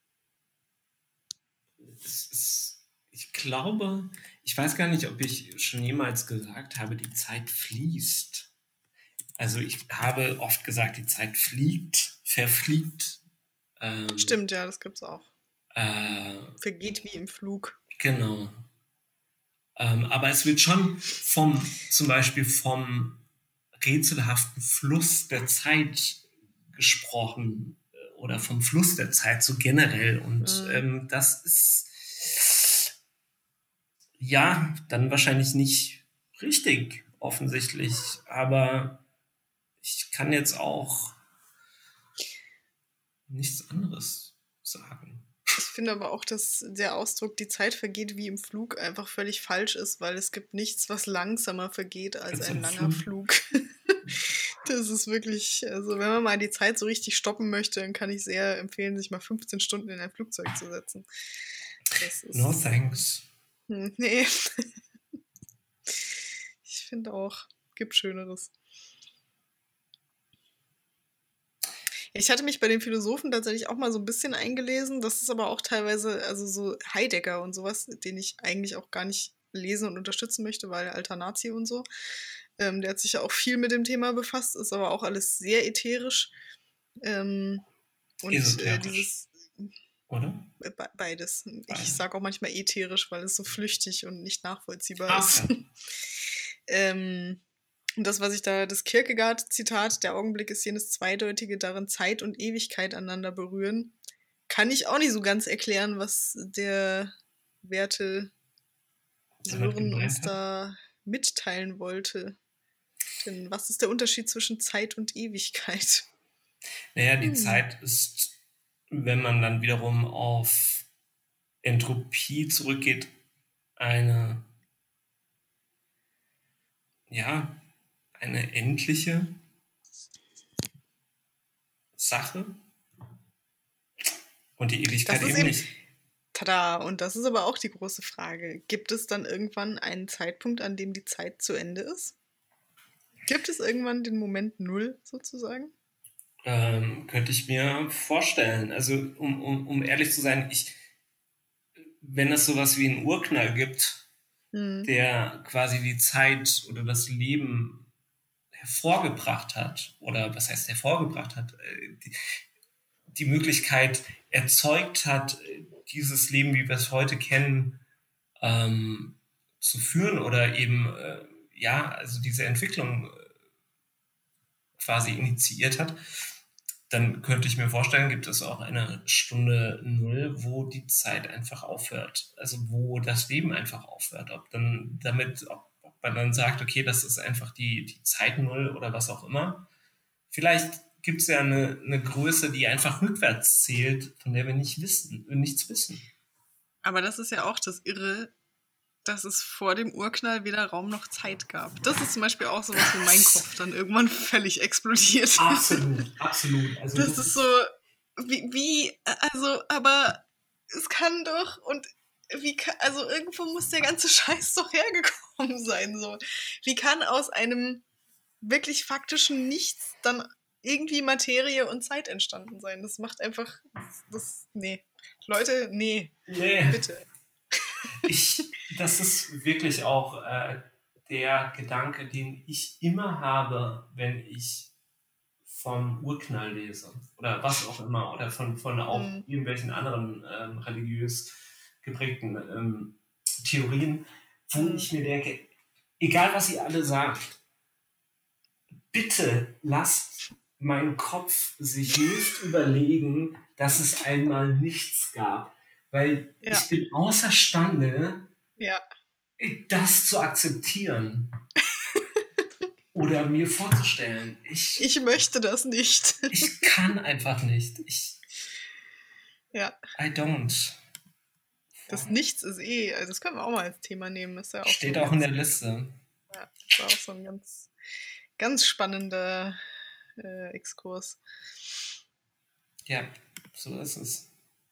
Ich glaube, ich weiß gar nicht, ob ich schon jemals gesagt habe, die Zeit fließt. Also ich habe oft gesagt, die Zeit fliegt, verfliegt. Stimmt, ja, das gibt's auch. Vergeht wie im Flug. Genau. Aber es wird schon zum Beispiel vom rätselhaften Fluss der Zeit gesprochen oder vom Fluss der Zeit so generell. Und das ist ja dann wahrscheinlich nicht richtig, offensichtlich. Aber ich kann jetzt auch nichts anderes sagen. Ich finde aber auch, dass der Ausdruck, die Zeit vergeht wie im Flug, einfach völlig falsch ist, weil es gibt nichts, was langsamer vergeht als ein langer Flug. Das ist wirklich, also wenn man mal die Zeit so richtig stoppen möchte, dann kann ich sehr empfehlen, sich mal 15 Stunden in ein Flugzeug zu setzen. Das ist, no thanks. Nee. Ich finde auch, gibt Schöneres. Ich hatte mich bei den Philosophen tatsächlich auch mal so ein bisschen eingelesen. Das ist aber auch teilweise, also so Heidegger und sowas, den ich eigentlich auch gar nicht lesen und unterstützen möchte, weil alter Nazi und so. Der hat sich ja auch viel mit dem Thema befasst, ist aber auch alles sehr ätherisch. Und Esoterisch, oder? Beides. Ich Beides. sage auch manchmal ätherisch, weil es so flüchtig und nicht nachvollziehbar ist. Okay. Und das Kierkegaard-Zitat, der Augenblick ist jenes Zweideutige, darin Zeit und Ewigkeit einander berühren, kann ich auch nicht so ganz erklären, was der werte Sören uns da mitteilen wollte. Denn was ist der Unterschied zwischen Zeit und Ewigkeit? Naja, die Zeit ist, wenn man dann wiederum auf Entropie zurückgeht, eine endliche Sache und die Ewigkeit eben nicht. Tada! Und das ist aber auch die große Frage. Gibt es dann irgendwann einen Zeitpunkt, an dem die Zeit zu Ende ist? Gibt es irgendwann den Moment Null sozusagen? Könnte ich mir vorstellen. Also um ehrlich zu sein, wenn es sowas wie einen Urknall gibt, der quasi die Zeit oder das Leben hervorgebracht hat, oder was heißt hervorgebracht hat, die Möglichkeit erzeugt hat, dieses Leben, wie wir es heute kennen, zu führen oder eben, also diese Entwicklung quasi initiiert hat, dann könnte ich mir vorstellen, gibt es auch eine Stunde Null, wo die Zeit einfach aufhört. Also wo das Leben einfach aufhört. Ob man dann sagt, okay, das ist einfach die Zeit Null oder was auch immer. Vielleicht gibt es ja eine Größe, die einfach rückwärts zählt, von der wir nichts wissen. Aber das ist ja auch das Irre, dass es vor dem Urknall weder Raum noch Zeit gab. Das ist zum Beispiel auch sowas, wo mein Kopf dann irgendwann völlig explodiert. Absolut. Also das ist so, aber es kann doch, und also irgendwo muss der ganze Scheiß doch hergekommen sein, so. Wie kann aus einem wirklich faktischen Nichts dann irgendwie Materie und Zeit entstanden sein? Das macht einfach, nee. Leute, nee. Bitte. Das ist wirklich auch der Gedanke, den ich immer habe, wenn ich vom Urknall lese oder was auch immer oder von auch irgendwelchen anderen religiös geprägten Theorien, wo ich mir denke, egal was ihr alle sagt, bitte lasst meinen Kopf sich nicht überlegen, dass es einmal nichts gab. Weil ich bin außerstande, das zu akzeptieren oder mir vorzustellen. Ich möchte das nicht. Ich kann einfach nicht. I don't. Das Nichts ist also das können wir auch mal als Thema nehmen. Ist ja auch steht auch in der Liste. Ja, das war auch so ein ganz, ganz spannender Exkurs. Ja, so ist es.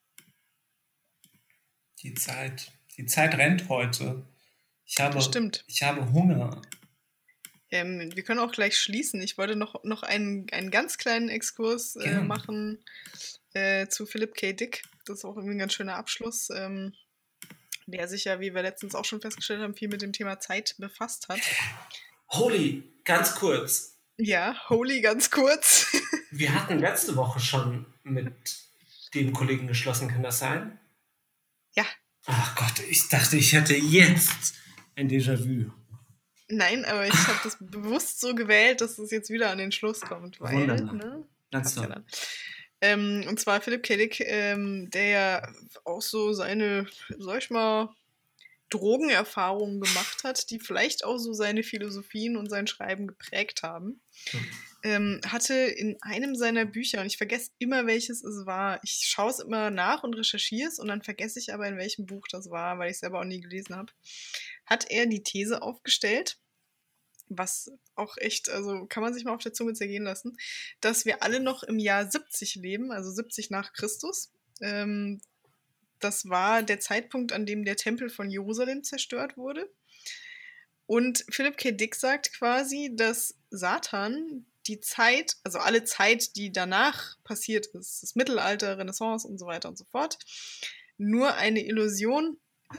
Die Zeit rennt heute. Ich habe Hunger. Wir können auch gleich schließen. Ich wollte noch einen ganz kleinen Exkurs machen zu Philip K. Dick. Das ist auch irgendwie ein ganz schöner Abschluss, der sich ja, wie wir letztens auch schon festgestellt haben, viel mit dem Thema Zeit befasst hat. Holy, ganz kurz. Ja, Holy, ganz kurz. Wir hatten letzte Woche schon mit dem Kollegen geschlossen, kann das sein? Ja. Ach Gott, ich dachte, ich hätte jetzt ein Déjà-vu. Nein, aber ich habe das bewusst so gewählt, dass es jetzt wieder an den Schluss kommt. Weil, wunderbar. Ganz toll. Und zwar Philip K. Dick, der ja auch so seine, sag ich mal, Drogenerfahrungen gemacht hat, die vielleicht auch so seine Philosophien und sein Schreiben geprägt haben. Hatte in einem seiner Bücher, und ich vergesse immer, welches es war, ich schaue es immer nach und recherchiere es und dann vergesse ich aber, in welchem Buch das war, weil ich es selber auch nie gelesen habe, hat er die These aufgestellt, was auch echt, also kann man sich mal auf der Zunge zergehen lassen, dass wir alle noch im Jahr 70 leben, also 70 nach Christus. Das war der Zeitpunkt, an dem der Tempel von Jerusalem zerstört wurde. Und Philip K. Dick sagt quasi, dass Satan die Zeit, also alle Zeit, die danach passiert ist, das Mittelalter, Renaissance und so weiter und so fort, nur eine Illusion ist,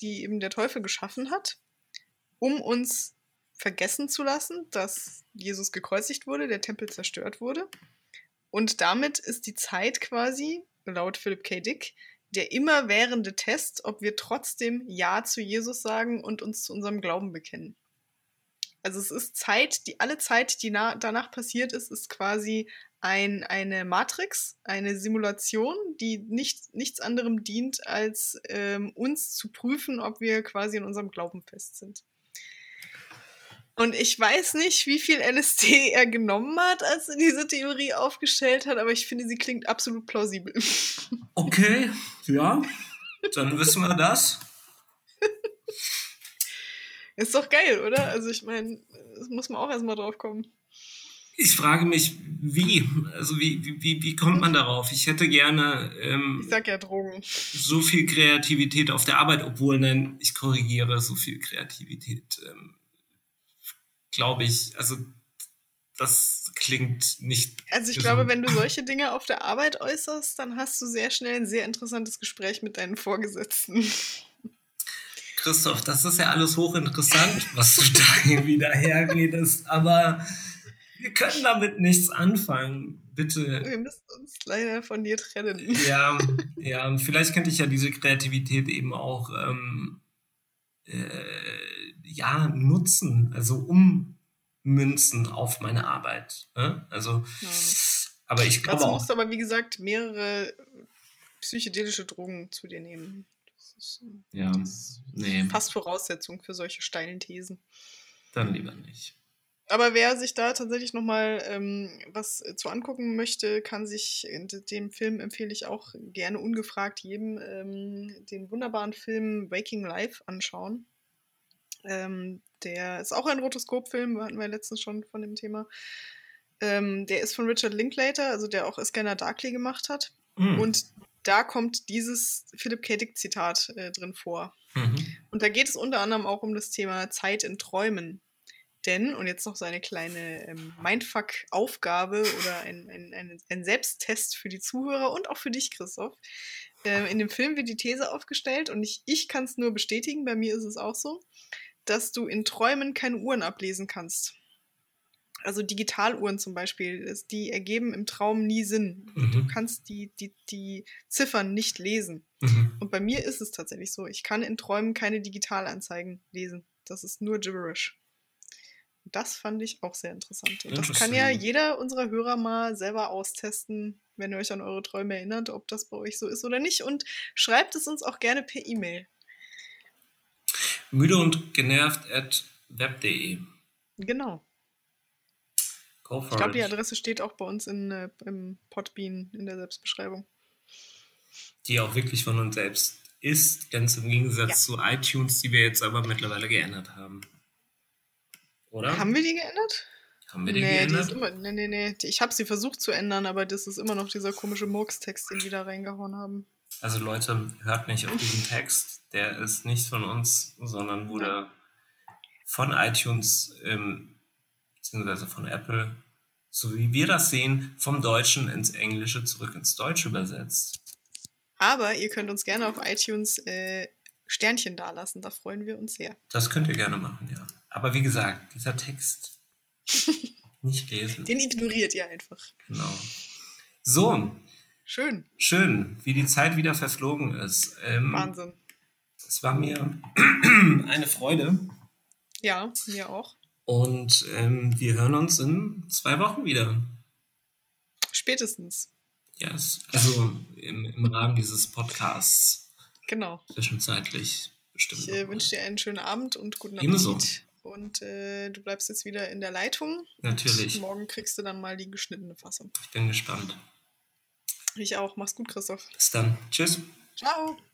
die eben der Teufel geschaffen hat, um uns vergessen zu lassen, dass Jesus gekreuzigt wurde, der Tempel zerstört wurde. Und damit ist die Zeit quasi, laut Philip K. Dick, der immerwährende Test, ob wir trotzdem Ja zu Jesus sagen und uns zu unserem Glauben bekennen. Also es ist Zeit, alle Zeit, die danach passiert ist, ist quasi eine Matrix, eine Simulation, die nichts anderem dient, als uns zu prüfen, ob wir quasi in unserem Glauben fest sind. Und ich weiß nicht, wie viel LSD er genommen hat, als er diese Theorie aufgestellt hat, aber ich finde, sie klingt absolut plausibel. Okay, ja, dann wissen wir das. Ist doch geil, oder? Also ich meine, das muss man auch erstmal drauf kommen. Ich frage mich, wie? Also wie kommt man darauf? Ich hätte gerne ich sag ja Drogen. So viel Kreativität auf der Arbeit, obwohl, nein, ich korrigiere, so viel Kreativität, glaube ich, also das klingt nicht. Also ich glaube, wenn du solche Dinge auf der Arbeit äußerst, dann hast du sehr schnell ein sehr interessantes Gespräch mit deinen Vorgesetzten. Christoph, das ist ja alles hochinteressant, was du da irgendwie daherredest, aber wir können damit nichts anfangen. Bitte. Wir müssen uns leider von dir trennen. Ja, und vielleicht könnte ich ja diese Kreativität eben auch nutzen, also ummünzen auf meine Arbeit. Also, ja. Aber ich glaube dazu musst du aber, wie gesagt, mehrere psychedelische Drogen zu dir nehmen. Das ist fast Voraussetzung für solche steilen Thesen. Dann lieber nicht. Aber wer sich da tatsächlich nochmal was zu angucken möchte, kann sich den Film, empfehle ich auch gerne ungefragt jedem, den wunderbaren Film Waking Life anschauen. Der ist auch ein Rotoskop-Film, hatten wir letztens schon von dem Thema. Der ist von Richard Linklater, also der auch A Scanner Darkly gemacht hat. Und da kommt dieses Philip K. Dick-Zitat drin vor. Und da geht es unter anderem auch um das Thema Zeit in Träumen. Denn, und jetzt noch so eine kleine Mindfuck-Aufgabe oder ein Selbsttest für die Zuhörer und auch für dich, Christoph. In dem Film wird die These aufgestellt und ich kann es nur bestätigen, bei mir ist es auch so, dass du in Träumen keine Uhren ablesen kannst. Also Digitaluhren zum Beispiel, die ergeben im Traum nie Sinn. Du kannst die Ziffern nicht lesen. Und bei mir ist es tatsächlich so, ich kann in Träumen keine Digitalanzeigen lesen. Das ist nur Gibberish. Das fand ich auch sehr interessant. Und das kann ja jeder unserer Hörer mal selber austesten, wenn ihr euch an eure Träume erinnert, ob das bei euch so ist oder nicht. Und schreibt es uns auch gerne per E-Mail. Müde und genervt@web.de. Genau. Ich glaube, die Adresse steht auch bei uns im Podbean in der Selbstbeschreibung. Die auch wirklich von uns selbst ist, ganz im Gegensatz zu iTunes, die wir jetzt aber mittlerweile geändert haben. Oder? Haben wir die geändert? Haben wir die geändert? Die ist immer, nee. Ich habe sie versucht zu ändern, aber das ist immer noch dieser komische Murks-Text, den die da reingehauen haben. Also Leute, hört nicht auf diesen Text. Der ist nicht von uns, sondern wurde von iTunes beziehungsweise von Apple, so wie wir das sehen, vom Deutschen ins Englische zurück ins Deutsche übersetzt. Aber ihr könnt uns gerne auf iTunes Sternchen dalassen, da freuen wir uns sehr. Das könnt ihr gerne machen, ja. Aber wie gesagt, dieser Text nicht lesen. Den ignoriert ihr einfach. Genau. So. Schön, wie die Zeit wieder verflogen ist. Wahnsinn. Es war mir eine Freude. Ja, mir auch. Und wir hören uns in 2 Wochen wieder. Spätestens. Ja, also im Rahmen dieses Podcasts. Genau. Zwischenzeitlich bestimmt. Ich wünsche dir einen schönen Abend und guten Appetit. Ebenso. Und du bleibst jetzt wieder in der Leitung. Natürlich. Und morgen kriegst du dann mal die geschnittene Fassung. Ich bin gespannt. Ich auch. Mach's gut, Christoph. Bis dann. Tschüss. Ciao.